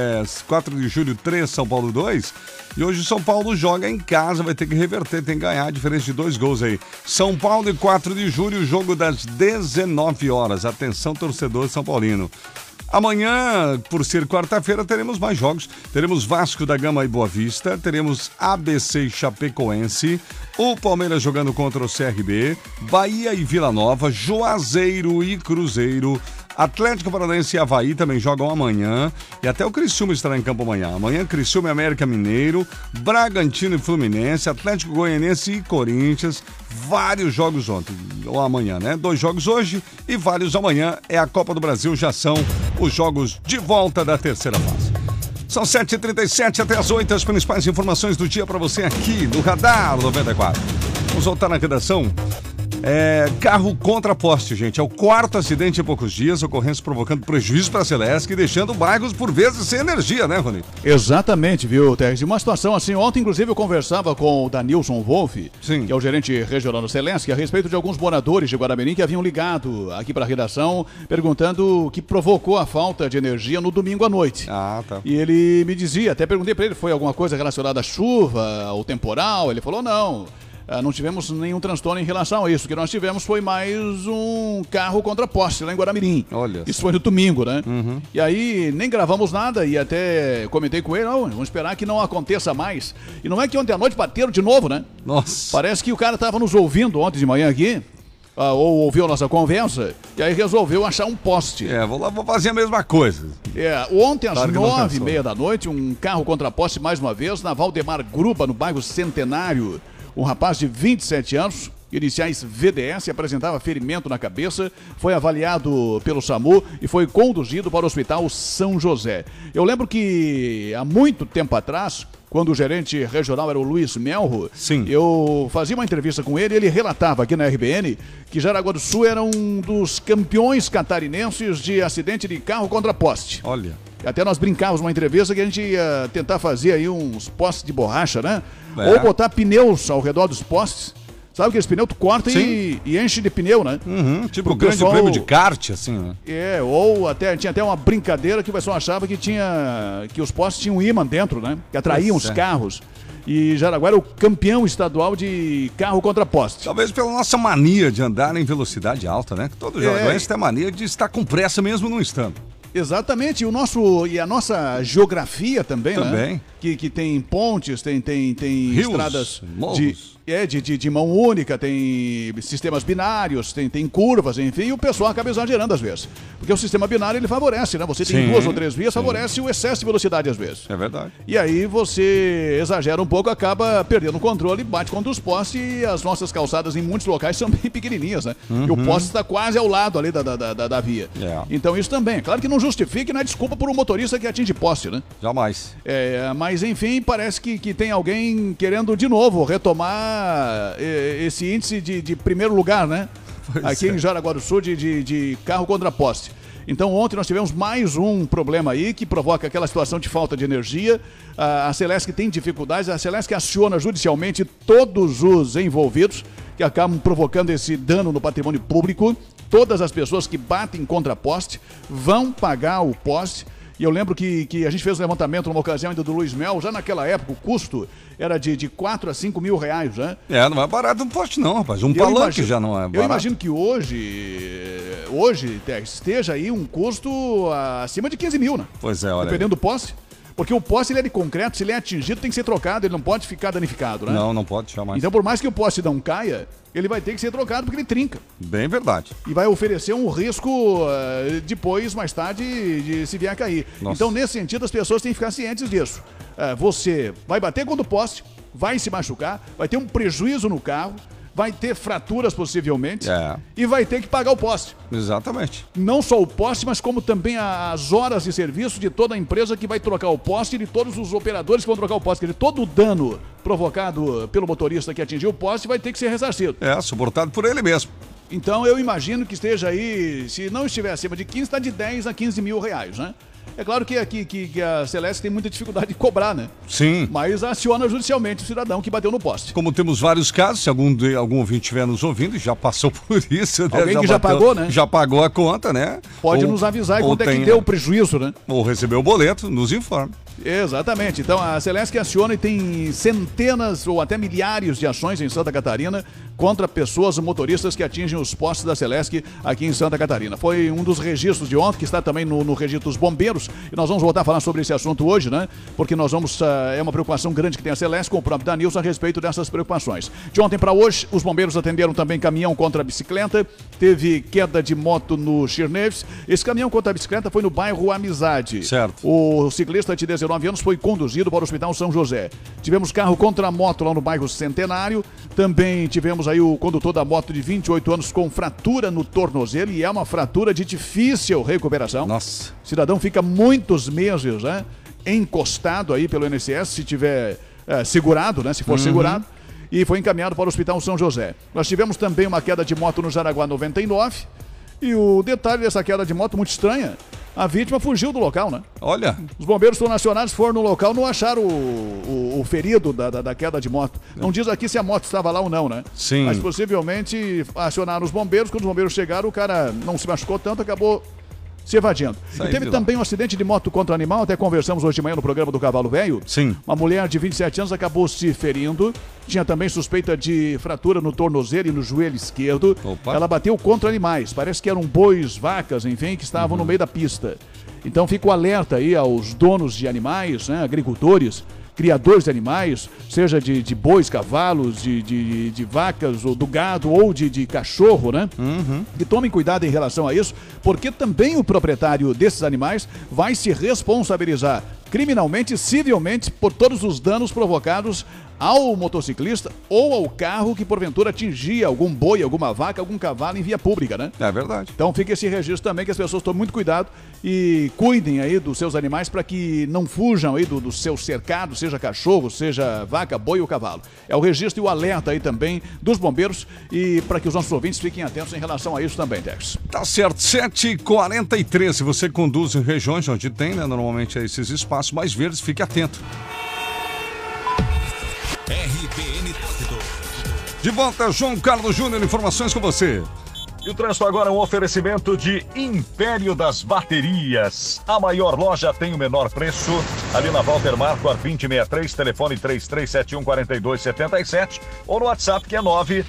4 de julho 3, São Paulo 2. E hoje o São Paulo joga em casa, vai ter que reverter, tem que ganhar a diferença de 2 gols aí. São Paulo e 4 de julho, jogo das 19 horas. Atenção, torcedor São Paulino. Amanhã, por ser quarta-feira, teremos mais jogos. Teremos Vasco da Gama e Boa Vista, teremos ABC e Chapecoense, o Palmeiras jogando contra o CRB, Bahia e Vila Nova, Juazeiro e Cruzeiro, Atlético Paranaense e Avaí também jogam amanhã. E até o Criciúma estará em campo amanhã. Amanhã, Criciúma e América Mineiro, Bragantino e Fluminense, Atlético Goianiense e Corinthians. Vários jogos ontem, ou amanhã, né? 2 jogos hoje e vários amanhã. É a Copa do Brasil, já são os jogos de volta da terceira fase. São 7h37 até as 8, as principais informações do dia para você aqui no Radar 94. Vamos voltar na redação. Carro contra poste, gente. É o 4º acidente em poucos dias, ocorrência provocando prejuízo para a Celesc e deixando bairros por vezes sem energia, né, Rony? Exatamente, viu, Teres? Uma situação assim, ontem inclusive eu conversava com o Danilson Wolff, que é o gerente regional da Celesc, a respeito de alguns moradores de Guaramirim que haviam ligado aqui para a redação, perguntando o que provocou a falta de energia no domingo à noite. Tá. E ele me dizia, até perguntei para ele, foi alguma coisa relacionada à chuva, ao temporal? Ele falou, não. não tivemos nenhum transtorno em relação a isso. O que nós tivemos foi mais um carro contra poste lá em Guaramirim. Olha. Isso foi no domingo, né? E aí nem gravamos nada e até comentei com ele, vamos esperar que não aconteça mais. E não é que ontem à noite bateram de novo, né? Nossa. Parece que o cara estava nos ouvindo ontem de manhã aqui. Ou ouviu a nossa conversa, e aí resolveu achar um poste. Vou fazer a mesma coisa. Ontem às 9h30 da noite, um carro contra poste mais uma vez, na Valdemar Gruba, no bairro Centenário. Um rapaz de 27 anos, iniciais VDS, apresentava ferimento na cabeça, foi avaliado pelo SAMU e foi conduzido para o Hospital São José. Eu lembro que há muito tempo atrás, quando o gerente regional era o Luiz Melro, eu fazia uma entrevista com ele e ele relatava aqui na RBN que Jaraguá do Sul era um dos campeões catarinenses de acidente de carro contra poste. Olha. Até nós brincávamos numa entrevista que a gente ia tentar fazer aí uns postes de borracha, né? Ou botar pneus ao redor dos postes. Sabe que esse pneu tu corta e enche de pneu, né? Tipo o grande prêmio de kart, assim, né? Ou tinha até uma brincadeira que o pessoal achava que os postes tinham imã dentro, né? Que atraíam os carros. E Jaraguá era o campeão estadual de carro contra poste. Talvez pela nossa mania de andar em velocidade alta, né? Todo jaraguense tem a mania de estar com pressa mesmo não estando. Exatamente, e a nossa geografia também, né? Que tem pontes, tem rios, estradas de mão única, tem sistemas binários, tem curvas, enfim, e o pessoal acaba exagerando às vezes. Porque o sistema binário ele favorece, né? Você tem 2 ou 3 vias, favorece o excesso de velocidade às vezes. É verdade. E aí você exagera um pouco, acaba perdendo o controle, bate contra os postes e as nossas calçadas em muitos locais são bem pequenininhas, né? E o poste está quase ao lado ali da via. Então isso também, claro que não justifica e não é desculpa por um motorista que atinge poste, né? Jamais. Mas enfim, parece que tem alguém querendo de novo retomar esse índice de primeiro lugar, né? Aqui em Jaraguá do Sul de carro contra poste. Então ontem nós tivemos mais um problema aí que provoca aquela situação de falta de energia. A Celesc tem dificuldades, a Celesc aciona judicialmente todos os envolvidos que acabam provocando esse dano no patrimônio público. Todas as pessoas que batem contra poste vão pagar o poste. E eu lembro que a gente fez um levantamento numa ocasião ainda do Luiz Mel, já naquela época o custo era de 4 a 5 mil reais, né? Não é barato um poste não, rapaz. Um palanque já não é barato. Eu imagino que hoje esteja aí um custo acima de 15 mil, né? Pois é, olha. Dependendo do poste. Porque o poste ele é de concreto, se ele é atingido tem que ser trocado, ele não pode ficar danificado, né? Não pode, jamais. Então por mais que o poste não caia, ele vai ter que ser trocado porque ele trinca. Bem verdade. E vai oferecer um risco depois, mais tarde, de se vier a cair. Nossa. Então nesse sentido as pessoas têm que ficar cientes disso. Você vai bater contra o poste, vai se machucar, vai ter um prejuízo no carro, vai ter fraturas possivelmente e vai ter que pagar o poste. Exatamente. Não só o poste, mas como também as horas de serviço de toda a empresa que vai trocar o poste e de todos os operadores que vão trocar o poste. Quer dizer, todo o dano provocado pelo motorista que atingiu o poste vai ter que ser ressarcido. Suportado por ele mesmo. Então eu imagino que esteja aí, se não estiver acima de 15, está de 10 a 15 mil reais, né? É claro que a Celesc tem muita dificuldade de cobrar, né? Sim. Mas aciona judicialmente o cidadão que bateu no poste. Como temos vários casos, se algum ouvinte estiver nos ouvindo e já passou por isso... Alguém que já pagou, né? Já pagou a conta, né? Pode nos avisar quanto é que deu o prejuízo, né? Ou recebeu o boleto, nos informe. Exatamente. Então a Celesc aciona e tem centenas ou até milhares de ações em Santa Catarina contra pessoas motoristas que atingem os postes da Celesc aqui em Santa Catarina. Foi um dos registros de ontem, que está também no registro dos bombeiros, e nós vamos voltar a falar sobre esse assunto hoje, né? Porque nós vamos, é uma preocupação grande que tem a Celesc com o próprio Danilson a respeito dessas preocupações. De ontem para hoje, os bombeiros atenderam também caminhão contra a bicicleta, teve queda de moto no Chirneves. Esse caminhão contra a bicicleta foi no bairro Amizade. Certo. O ciclista de 19 anos foi conduzido para o Hospital São José. Tivemos carro contra moto lá no bairro Centenário. Também tivemos aí o condutor da moto de 28 anos com fratura no tornozelo, e é uma fratura de difícil recuperação. Nossa. O cidadão fica muitos meses, né, encostado aí pelo INSS, se tiver segurado, né, se for segurado, e foi encaminhado para o Hospital São José. Nós tivemos também uma queda de moto no Jaraguá 99, e o detalhe dessa queda de moto muito estranha, a vítima fugiu do local, né? Olha. Os bombeiros foram acionados, foram no local, não acharam o ferido da queda de moto. Não diz aqui se a moto estava lá ou não, né? Sim. Mas possivelmente acionaram os bombeiros. Quando os bombeiros chegaram, o cara não se machucou tanto, acabou se evadindo. E teve também um acidente de moto contra animal, até conversamos hoje de manhã no programa do Cavalo Velho. Sim. Uma mulher de 27 anos acabou se ferindo, tinha também suspeita de fratura no tornozelo e no joelho esquerdo. Opa. Ela bateu contra animais, parece que eram bois, vacas, enfim, que estavam no meio da pista. Então fica o alerta aí aos donos de animais, né, agricultores, criadores de animais, seja de bois, cavalos, de vacas, ou do gado, ou de cachorro, né? Que tomem cuidado em relação a isso, porque também o proprietário desses animais vai se responsabilizar criminalmente, civilmente, por todos os danos provocados ao motociclista ou ao carro que porventura atingia algum boi, alguma vaca, algum cavalo em via pública, né? É verdade. Então fica esse registro também, que as pessoas tomem muito cuidado e cuidem aí dos seus animais para que não fujam aí do seu cercado, seja cachorro, seja vaca, boi ou cavalo. É o registro e o alerta aí também dos bombeiros e para que os nossos ouvintes fiquem atentos em relação a isso também, Tex. Tá certo, 7h43, se você conduz em regiões onde tem, né, normalmente esses espaços mais verdes, fique atento. RBN Trânsito. De volta, João Carlos Júnior, informações com você. E o trânsito agora é um oferecimento de Império das Baterias. A maior loja tem o menor preço. Ali na Walter Marco, 2063, telefone 3371-4277 ou no WhatsApp que é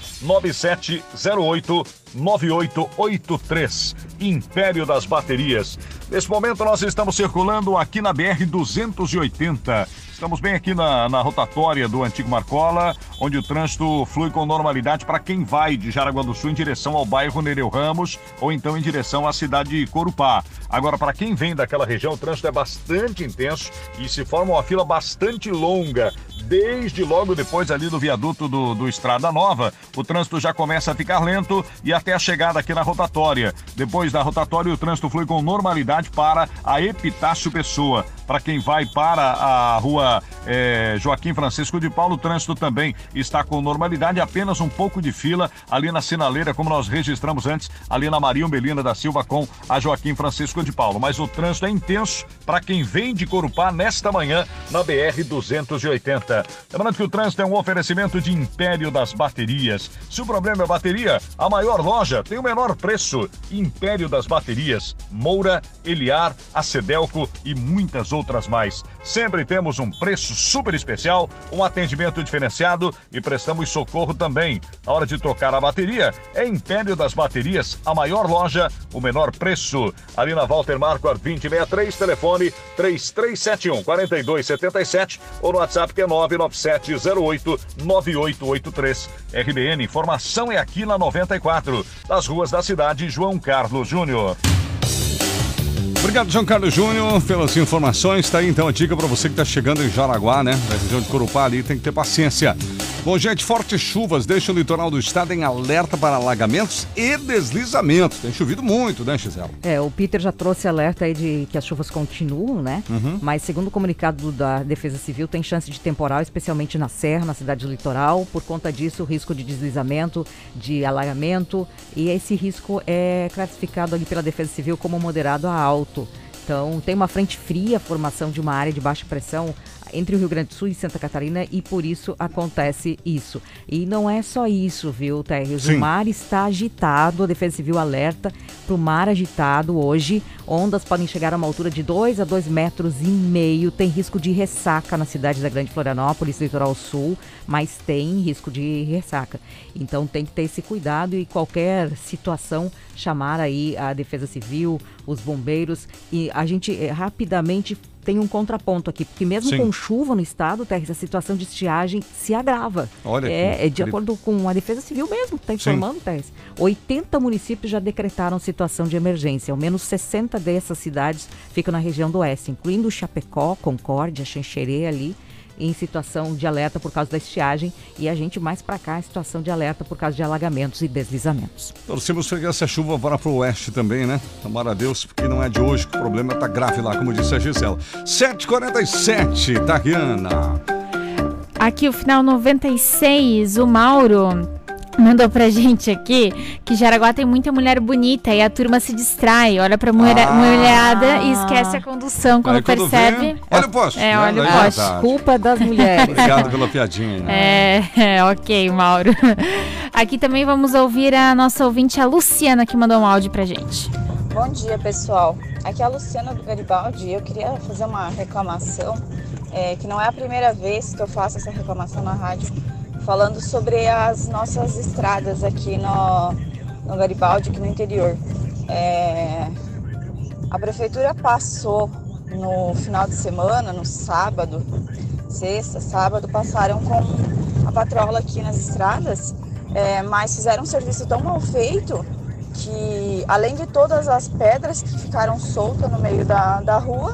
99708-9883. Império das Baterias. Nesse momento nós estamos circulando aqui na BR-280. Estamos bem aqui na rotatória do Antigo Marcola, onde o trânsito flui com normalidade para quem vai de Jaraguá do Sul em direção ao bairro Nereu Ramos ou então em direção à cidade de Corupá. Agora, para quem vem daquela região, o trânsito é bastante intenso e se forma uma fila bastante longa. Desde logo depois ali do viaduto do Estrada Nova, o trânsito já começa a ficar lento e até a chegada aqui na rotatória. Depois da rotatória, o trânsito flui com normalidade para a Epitácio Pessoa. Para quem vai para a rua Joaquim Francisco de Paulo, o trânsito também está com normalidade, apenas um pouco de fila ali na sinaleira, como nós registramos antes, ali na Maria Umbelina da Silva com a Joaquim Francisco de Paulo. Mas o trânsito é intenso para quem vem de Corupá nesta manhã na BR-280. Lembrando que o trânsito é um oferecimento de Império das Baterias. Se o problema é bateria, a maior loja tem o menor preço. Império das Baterias, Moura, Eliar, Acedelco e muitas outras mais. Sempre temos um preço super especial, um atendimento diferenciado e prestamos socorro também. Na hora de trocar a bateria, é Império das Baterias, a maior loja, o menor preço. Ali na Walter Marco, 2063, telefone 3371-4277 ou no WhatsApp que é 99708-9883. RBN, informação é aqui na 94, das ruas da cidade, João Carlos Júnior. Obrigado, João Carlos Júnior, pelas informações. Está aí então a dica para você que está chegando em Jaraguá, né? Na região de Corupá ali, tem que ter paciência. Bom, gente, fortes chuvas deixam o litoral do estado em alerta para alagamentos e deslizamentos. Tem chovido muito, né, Gisela? O Peter já trouxe alerta aí de que as chuvas continuam, né? Mas segundo o comunicado da Defesa Civil, tem chance de temporal, especialmente na Serra, na cidade do litoral. Por conta disso, o risco de deslizamento, de alagamento, e esse risco é classificado ali pela Defesa Civil como moderado a alto. Então, tem uma frente fria, formação de uma área de baixa pressão entre o Rio Grande do Sul e Santa Catarina e por isso acontece isso. E não é só isso, viu, Terres? O mar está agitado, a Defesa Civil alerta para o mar agitado hoje. Ondas podem chegar a uma altura de 2 a 2,5 metros. Tem risco de ressaca na cidade da Grande Florianópolis, litoral sul, mas tem risco de ressaca. Então tem que ter esse cuidado e qualquer situação chamar aí a Defesa Civil, os bombeiros, e a gente rapidamente tem um contraponto aqui, porque mesmo com chuva no estado, Terres, a situação de estiagem se agrava. Olha, de acordo com a Defesa Civil mesmo, está informando, Terres. 80 municípios já decretaram situação de emergência. Ao menos 60 dessas cidades ficam na região do oeste, incluindo Chapecó, Concórdia, Xanxerê ali, em situação de alerta por causa da estiagem, e a gente mais para cá em situação de alerta por causa de alagamentos e deslizamentos. Torcemos para que essa chuva vá para o oeste também, né? Tomara a Deus, porque não é de hoje que o problema está grave lá, como disse a Gisela. 7h47, Tariana. Aqui o final 96, o Mauro mandou pra gente aqui que Jaraguá tem muita mulher bonita e a turma se distrai, olha pra mulherada e esquece a condução quando percebe. Olha o poste. Olha o poste. Culpa das mulheres. Obrigado pela piadinha. Ok, Mauro. Aqui também vamos ouvir a nossa ouvinte, a Luciana, que mandou um áudio pra gente. Bom dia, pessoal. Aqui é a Luciana do Garibaldi. Eu queria fazer uma reclamação, que não é a primeira vez que eu faço essa reclamação na rádio, falando sobre as nossas estradas aqui no Garibaldi, aqui no interior. A prefeitura passou no final de semana, no sábado, sexta, sábado, passaram com a patrola aqui nas estradas, mas fizeram um serviço tão mal feito que, além de todas as pedras que ficaram soltas no meio da rua,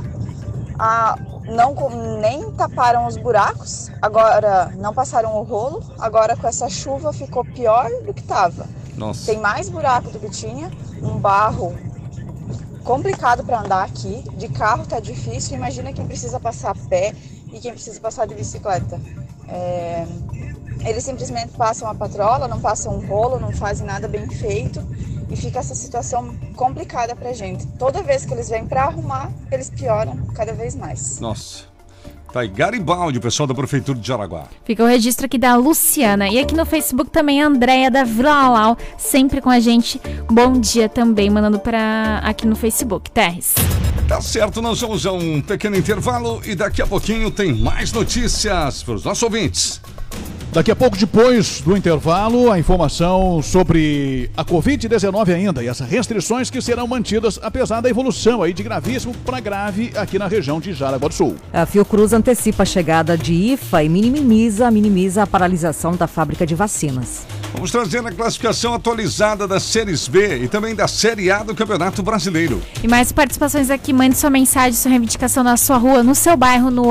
nem taparam os buracos, agora não passaram o rolo, agora com essa chuva ficou pior do que estava. Tem mais buraco do que tinha, um barro complicado para andar aqui, de carro tá difícil, imagina quem precisa passar a pé e quem precisa passar de bicicleta. Eles simplesmente passam a patrola, não passam um rolo, não fazem nada bem feito e fica essa situação complicada pra gente. Toda vez que eles vêm pra arrumar, eles pioram cada vez mais. Nossa. Tá aí, Garibaldi, o pessoal da Prefeitura de Jaraguá. Fica o registro aqui da Luciana. E aqui no Facebook também a Andréia da Vila Lau, sempre com a gente. Bom dia também, mandando para aqui no Facebook. Terres. Tá certo, nós vamos a um pequeno intervalo e daqui a pouquinho tem mais notícias para os nossos ouvintes. Daqui a pouco, depois do intervalo, a informação sobre a Covid-19 ainda e as restrições que serão mantidas, apesar da evolução aí de gravíssimo para grave aqui na região de Jaraguá do Sul. A Fiocruz antecipa a chegada de IFA e minimiza a paralisação da fábrica de vacinas. Vamos trazer a classificação atualizada das séries B e também da Série A do Campeonato Brasileiro. E mais participações aqui, mande sua mensagem, sua reivindicação na sua rua, no seu bairro, no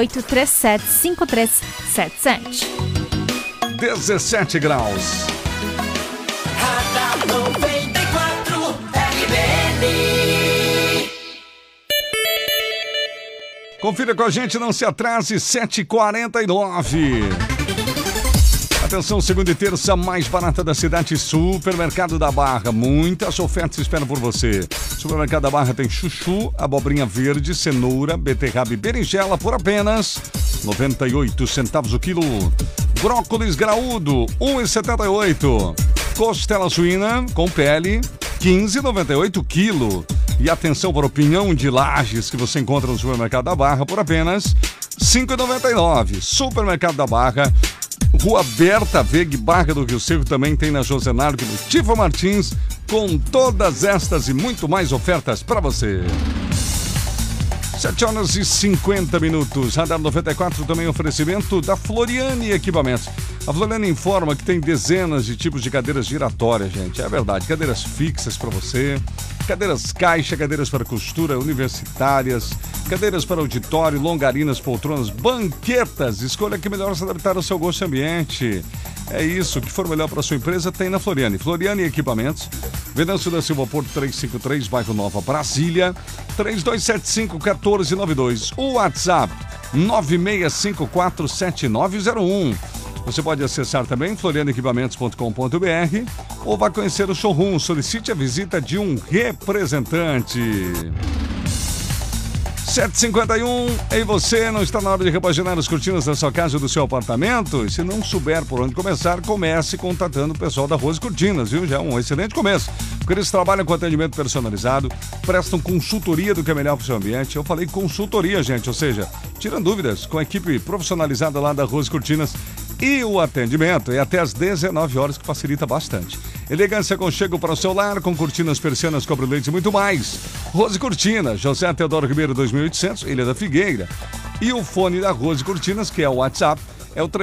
8837-5377. 17 graus. Radar 94 RBN. Confira com a gente, não se atrase, 7h49. Atenção, segunda e terça mais barata da cidade, Supermercado da Barra. Muitas ofertas esperam por você. Supermercado da Barra tem chuchu, abobrinha verde, cenoura, beterraba e berinjela por apenas 98 centavos o quilo. Brócolis graúdo, 1,78. Costela suína com pele, 15,98 o quilo. E atenção para o pinhão de Lages que você encontra no Supermercado da Barra por apenas 5,99. Supermercado da Barra, Rua Berta Veg, Barra do Rio Seco, também tem na Josenarco do Tifa Martins, com todas estas e muito mais ofertas para você. 7h50. Radar 94 também oferecimento da Floriane Equipamentos. A Floriane informa que tem dezenas de tipos de cadeiras giratórias, gente. É verdade. Cadeiras fixas para você, cadeiras caixa, cadeiras para costura, universitárias, cadeiras para auditório, longarinas, poltronas, banquetas. Escolha que melhor se adaptar ao seu gosto e ambiente. É isso, o que for melhor para sua empresa tem na Floriane. Floriane Equipamentos, Venâncio da Silva Porto 353, bairro Nova Brasília, 3275-1492. O WhatsApp 96547901. Você pode acessar também florianeequipamentos.com.br ou vá conhecer o showroom. Solicite a visita de um representante. 7h51, e você, não está na hora de repaginar as cortinas da sua casa ou do seu apartamento? E se não souber por onde começar, comece contatando o pessoal da Rose Cortinas, viu? Já é um excelente começo. Porque eles trabalham com atendimento personalizado, prestam consultoria do que é melhor para o seu ambiente. Eu falei consultoria, gente, ou seja, tiram dúvidas com a equipe profissionalizada lá da Rose Cortinas. E o atendimento é até às 19 horas, que facilita bastante. Elegância, aconchego para o seu lar, com cortinas, persianas, cobre-leite e muito mais. Rose Cortinas, José Teodoro Ribeiro 2800, Ilha da Figueira. E o fone da Rose Cortinas, que é o WhatsApp, é o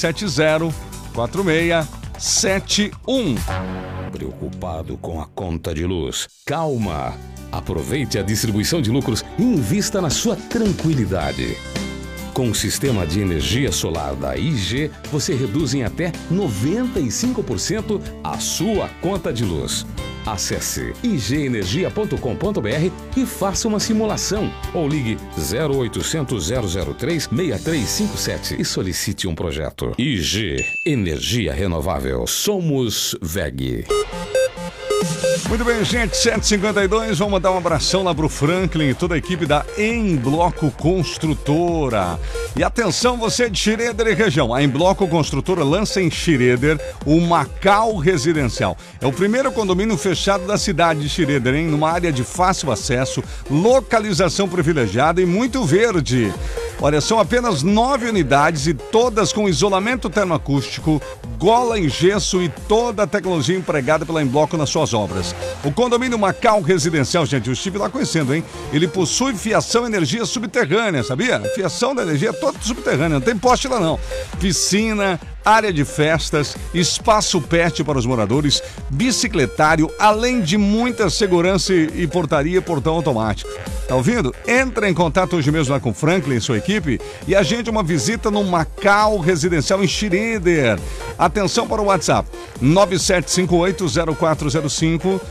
3370-4671. Preocupado com a conta de luz? Calma! Aproveite a distribuição de lucros e invista na sua tranquilidade. Com o sistema de energia solar da IG, você reduz em até 95% a sua conta de luz. Acesse igenergia.com.br e faça uma simulação ou ligue 0800 003 6357 e solicite um projeto. IG, energia renovável. Somos WEG. Muito bem, gente, 7h52, vamos dar um abração lá pro Franklin e toda a equipe da Em Bloco Construtora. E atenção, você de Schroeder e região. A Embloco Construtora lança em Schroeder o Macau Residencial. É o primeiro condomínio fechado da cidade de Schroeder, hein? Numa área de fácil acesso, localização privilegiada e muito verde. Olha, são apenas 9 unidades e todas com isolamento termoacústico, gola em gesso e toda a tecnologia empregada pela Embloco nas suas obras. O condomínio Macau Residencial, gente, eu estive lá conhecendo, hein? Ele possui fiação energia subterrânea, sabia? Fiação da energia toda subterrânea, não tem poste lá não. Piscina, área de festas, espaço pet para os moradores, bicicletário, além de muita segurança e portaria, portão automático. Tá ouvindo? Entra em contato hoje mesmo lá com o Franklin e sua equipe e agende uma visita no Macau Residencial em Schroeder. Atenção para o WhatsApp, 9758-0405,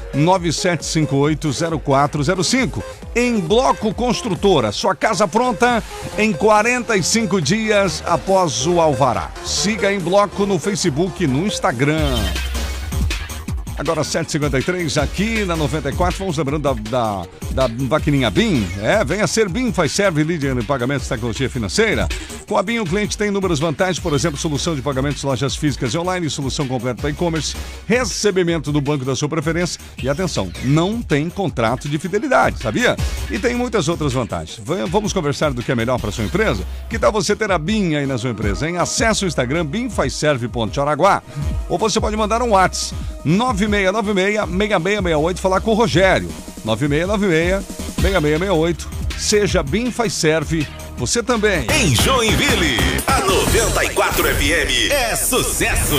9758-0405. Embloco Construtora, sua casa pronta em 45 dias após o alvará. Siga Embloco no Facebook e no Instagram. Agora 7h53 aqui na 94, vamos lembrando da maquininha BIM. Venha ser BIM, faz serve líder em pagamentos e tecnologia financeira. Com a BIM, o cliente tem inúmeras vantagens, por exemplo, solução de pagamentos, lojas físicas e online, solução completa para e-commerce, recebimento do banco da sua preferência e, atenção, não tem contrato de fidelidade, sabia? E tem muitas outras vantagens. Vamos conversar do que é melhor para sua empresa? Que tal você ter a BIM aí na sua empresa, hein? Acesse o Instagram bimfazserve.Jaraguá ou você pode mandar um WhatsApp 9696-6668 falar com o Rogério. 9696-6668. Seja BIM Faz Serve, você também. Em Joinville, a 94 FM é sucesso.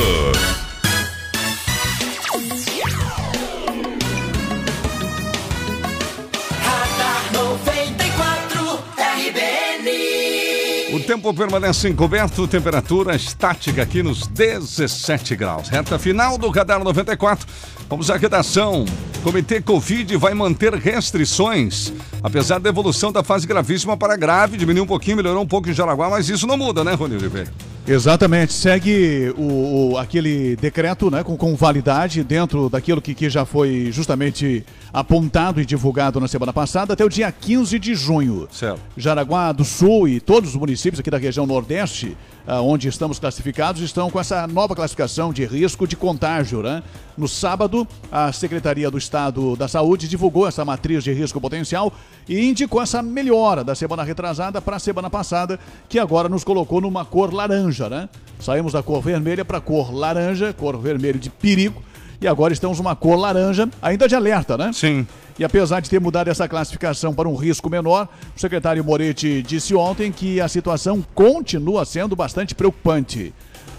Radar 94 RBN. O tempo permanece encoberto, temperatura estática aqui nos 17 graus. Reta final do Radar 94. Vamos à redação. Comitê Covid vai manter restrições, apesar da evolução da fase gravíssima para grave. Diminuiu um pouquinho, melhorou um pouco em Jaraguá, mas isso não muda, né, Rony Oliveira? Exatamente, segue aquele decreto, né, com validade dentro daquilo que já foi justamente apontado e divulgado na semana passada até o dia 15 de junho. Certo. Jaraguá do Sul e todos os municípios aqui da região Nordeste, onde estamos classificados, estão com essa nova classificação de risco de contágio, né? No sábado, a Secretaria do Estado da Saúde divulgou essa matriz de risco potencial e indicou essa melhora da semana retrasada para a semana passada, que agora nos colocou numa cor laranja, né? Saímos da cor vermelha para a cor laranja, cor vermelho de perigo, e agora estamos numa cor laranja, ainda de alerta, né? Sim. E apesar de ter mudado essa classificação para um risco menor, o secretário Moretti disse ontem que a situação continua sendo bastante preocupante.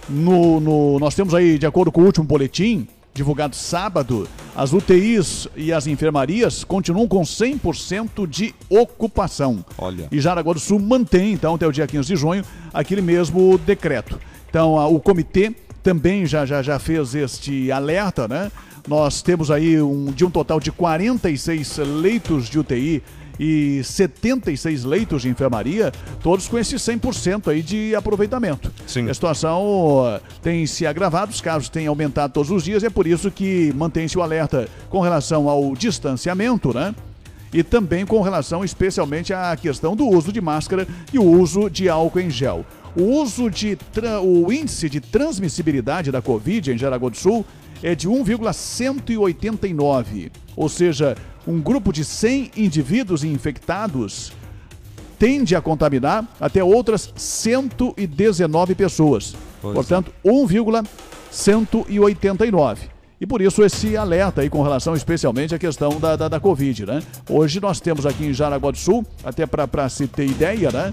Nós temos aí, de acordo com o último boletim, divulgado sábado, as UTIs e as enfermarias continuam com 100% de ocupação. Olha. E Jaraguá do Sul mantém, então, até o dia 15 de junho, aquele mesmo decreto. Então, o comitê também já fez este alerta, né? Nós temos aí de um total de 46 leitos de UTI e 76 leitos de enfermaria, todos com esse 100% aí de aproveitamento. Sim. A situação tem se agravado, os casos têm aumentado todos os dias, e é por isso que mantém-se o alerta com relação ao distanciamento, né? E também com relação especialmente à questão do uso de máscara e o uso de álcool em gel. O índice de transmissibilidade da Covid em Jaraguá do Sul é de 1,189, ou seja, um grupo de 100 indivíduos infectados tende a contaminar até outras 119 pessoas. Pois Portanto, 1,189. E por isso esse alerta aí com relação especialmente à questão da Covid, né? Hoje nós temos aqui em Jaraguá do Sul, até para se ter ideia, né?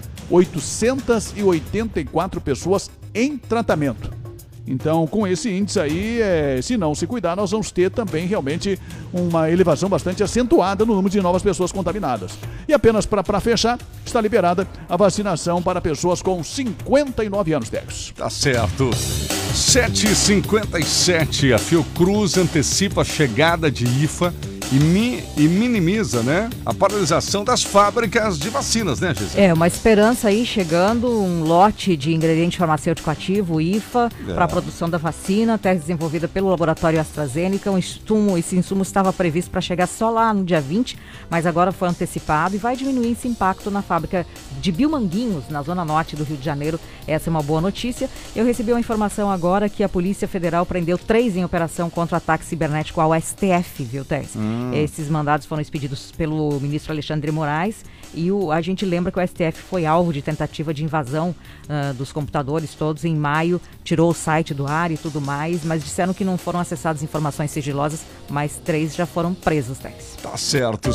884 pessoas em tratamento. Então, com esse índice aí, se não se cuidar, nós vamos ter também realmente uma elevação bastante acentuada no número de novas pessoas contaminadas. E apenas para fechar, está liberada a vacinação para pessoas com 59 anos, Tex. Tá certo. 7h57, a Fiocruz antecipa a chegada de IFA e minimiza, né, a paralisação das fábricas de vacinas, né, Gisele? Uma esperança aí chegando, um lote de ingrediente farmacêutico ativo, IFA, para a produção da vacina, até desenvolvida pelo laboratório AstraZeneca. Esse insumo estava previsto para chegar só lá no dia 20, mas agora foi antecipado e vai diminuir esse impacto na fábrica de Bilmanguinhos, na zona norte do Rio de Janeiro. Essa é uma boa notícia. Eu recebi uma informação agora que a Polícia Federal prendeu 3 em operação contra ataque cibernético ao STF, viu, Tess? Esses mandados foram expedidos pelo ministro Alexandre Moraes e a gente lembra que o STF foi alvo de tentativa de invasão dos computadores todos em maio, tirou o site do ar e tudo mais, mas disseram que não foram acessadas informações sigilosas, mas 3 já foram presos, Tess. Tá certo,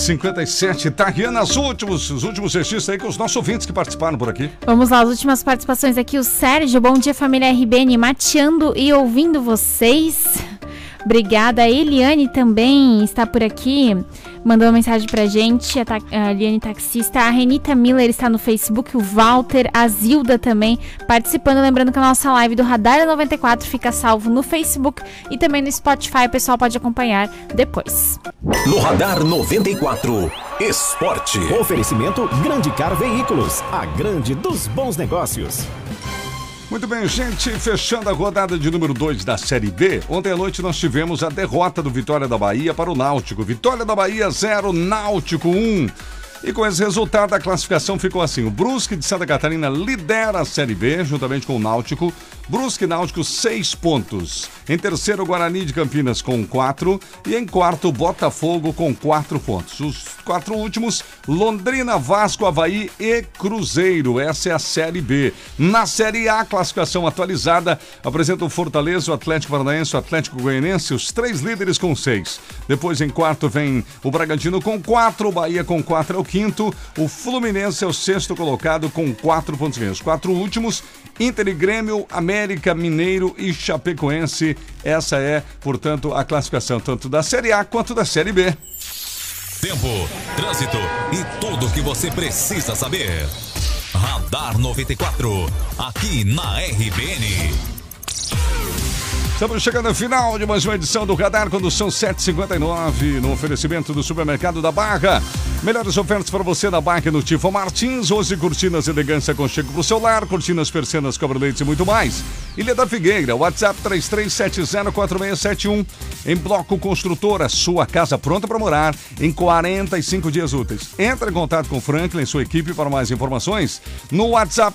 7h57, Tariana, os últimos registros aí com os nossos ouvintes que participaram por aqui. Vamos lá, as últimas participações aqui, o Sérgio, bom dia família RBN, mateando e ouvindo vocês. Obrigada, a Eliane também está por aqui, mandou uma mensagem pra gente, a Eliane taxista, a Renita Miller está no Facebook, o Walter, a Zilda também participando, lembrando que a nossa live do Radar 94 fica salvo no Facebook e também no Spotify, o pessoal pode acompanhar depois. No Radar 94, Esporte. Oferecimento Grande Car Veículos, a grande dos bons negócios. Muito bem, gente, fechando a rodada de número 2 da Série B, ontem à noite nós tivemos a derrota do Vitória da Bahia para o Náutico. Vitória da Bahia 0, Náutico 1. E com esse resultado a classificação ficou assim, o Brusque de Santa Catarina lidera a Série B, juntamente com o Náutico. Brusque e Náutico 6 pontos. Em terceiro, Guarani de Campinas com 4. E em quarto, Botafogo com 4 pontos. Os 4 últimos, Londrina, Vasco, Avaí e Cruzeiro. Essa é a Série B. Na Série A, classificação atualizada, apresenta o Fortaleza, o Atlético Paranaense, o Atlético Goianense, os 3 líderes com 6. Depois, em quarto, vem o Bragantino com 4, o Bahia com 4 é o quinto, o Fluminense é o sexto colocado com 4 pontos ganhos. Os 4 últimos, Inter e Grêmio, América, Mineiro e Chapecoense. Essa é, portanto, a classificação tanto da Série A quanto da Série B. Tempo, trânsito e tudo o que você precisa saber. Radar 94, aqui na RBN. Estamos chegando ao final de mais uma edição do Radar, quando são 7h59, no oferecimento do Supermercado da Barra. Melhores ofertas para você na Barra no Tifo Martins, 11 cortinas elegância com chego para o celular, cortinas persianas, cobre-leites e muito mais. Ilha da Figueira, WhatsApp 33704671. Em Bloco Construtora, sua casa pronta para morar em 45 dias úteis. Entre em contato com o Franklin e sua equipe para mais informações no WhatsApp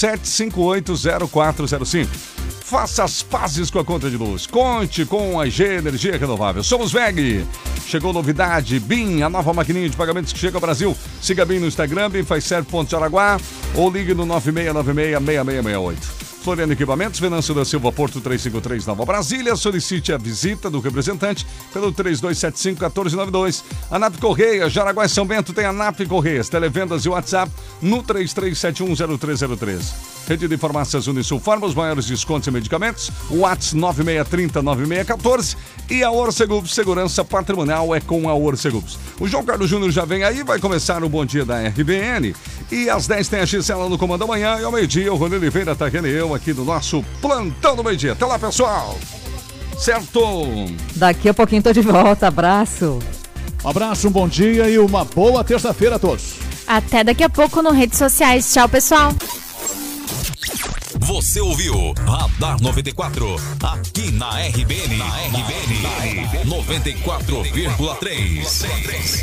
97580405. Faça as pazes com a conta de luz. Conte com a EG Energia Renovável. Somos VEG. Chegou novidade, BIM, a nova maquininha de pagamentos que chega ao Brasil. Siga BIM no Instagram, BIMFazServe.Jaraguá ou ligue no 9696-6668. Floriano Equipamentos, Venâncio da Silva, Porto 353, Nova Brasília. Solicite a visita do representante pelo 3275-1492. ANAP Correia, Jaraguá e São Bento tem ANAP Correias. Televendas e WhatsApp no 33710303. Rede de Farmácias Unisul Farma, os maiores descontos em medicamentos. WhatsApp 9630-9614. E a Orcegups, segurança patrimonial é com a Orcegups. O João Carlos Júnior já vem aí, vai começar o Bom Dia da RBN. E às 10 tem a Gisela no Comando da Manhã. E ao meio-dia, o Rony Oliveira, Tariana e eu aqui no nosso Plantão do Meio-Dia. Até lá, pessoal! Certo? Daqui a pouquinho tô de volta. Abraço. Um abraço, um bom dia e uma boa terça-feira a todos. Até daqui a pouco no redes sociais. Tchau, pessoal. Você ouviu Radar 94, aqui na RBN, 94,3.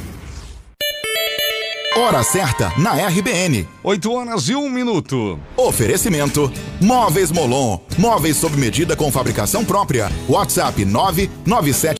Hora certa na RBN. 8h01. Oferecimento: Móveis Molon. Móveis sob medida com fabricação própria. WhatsApp 997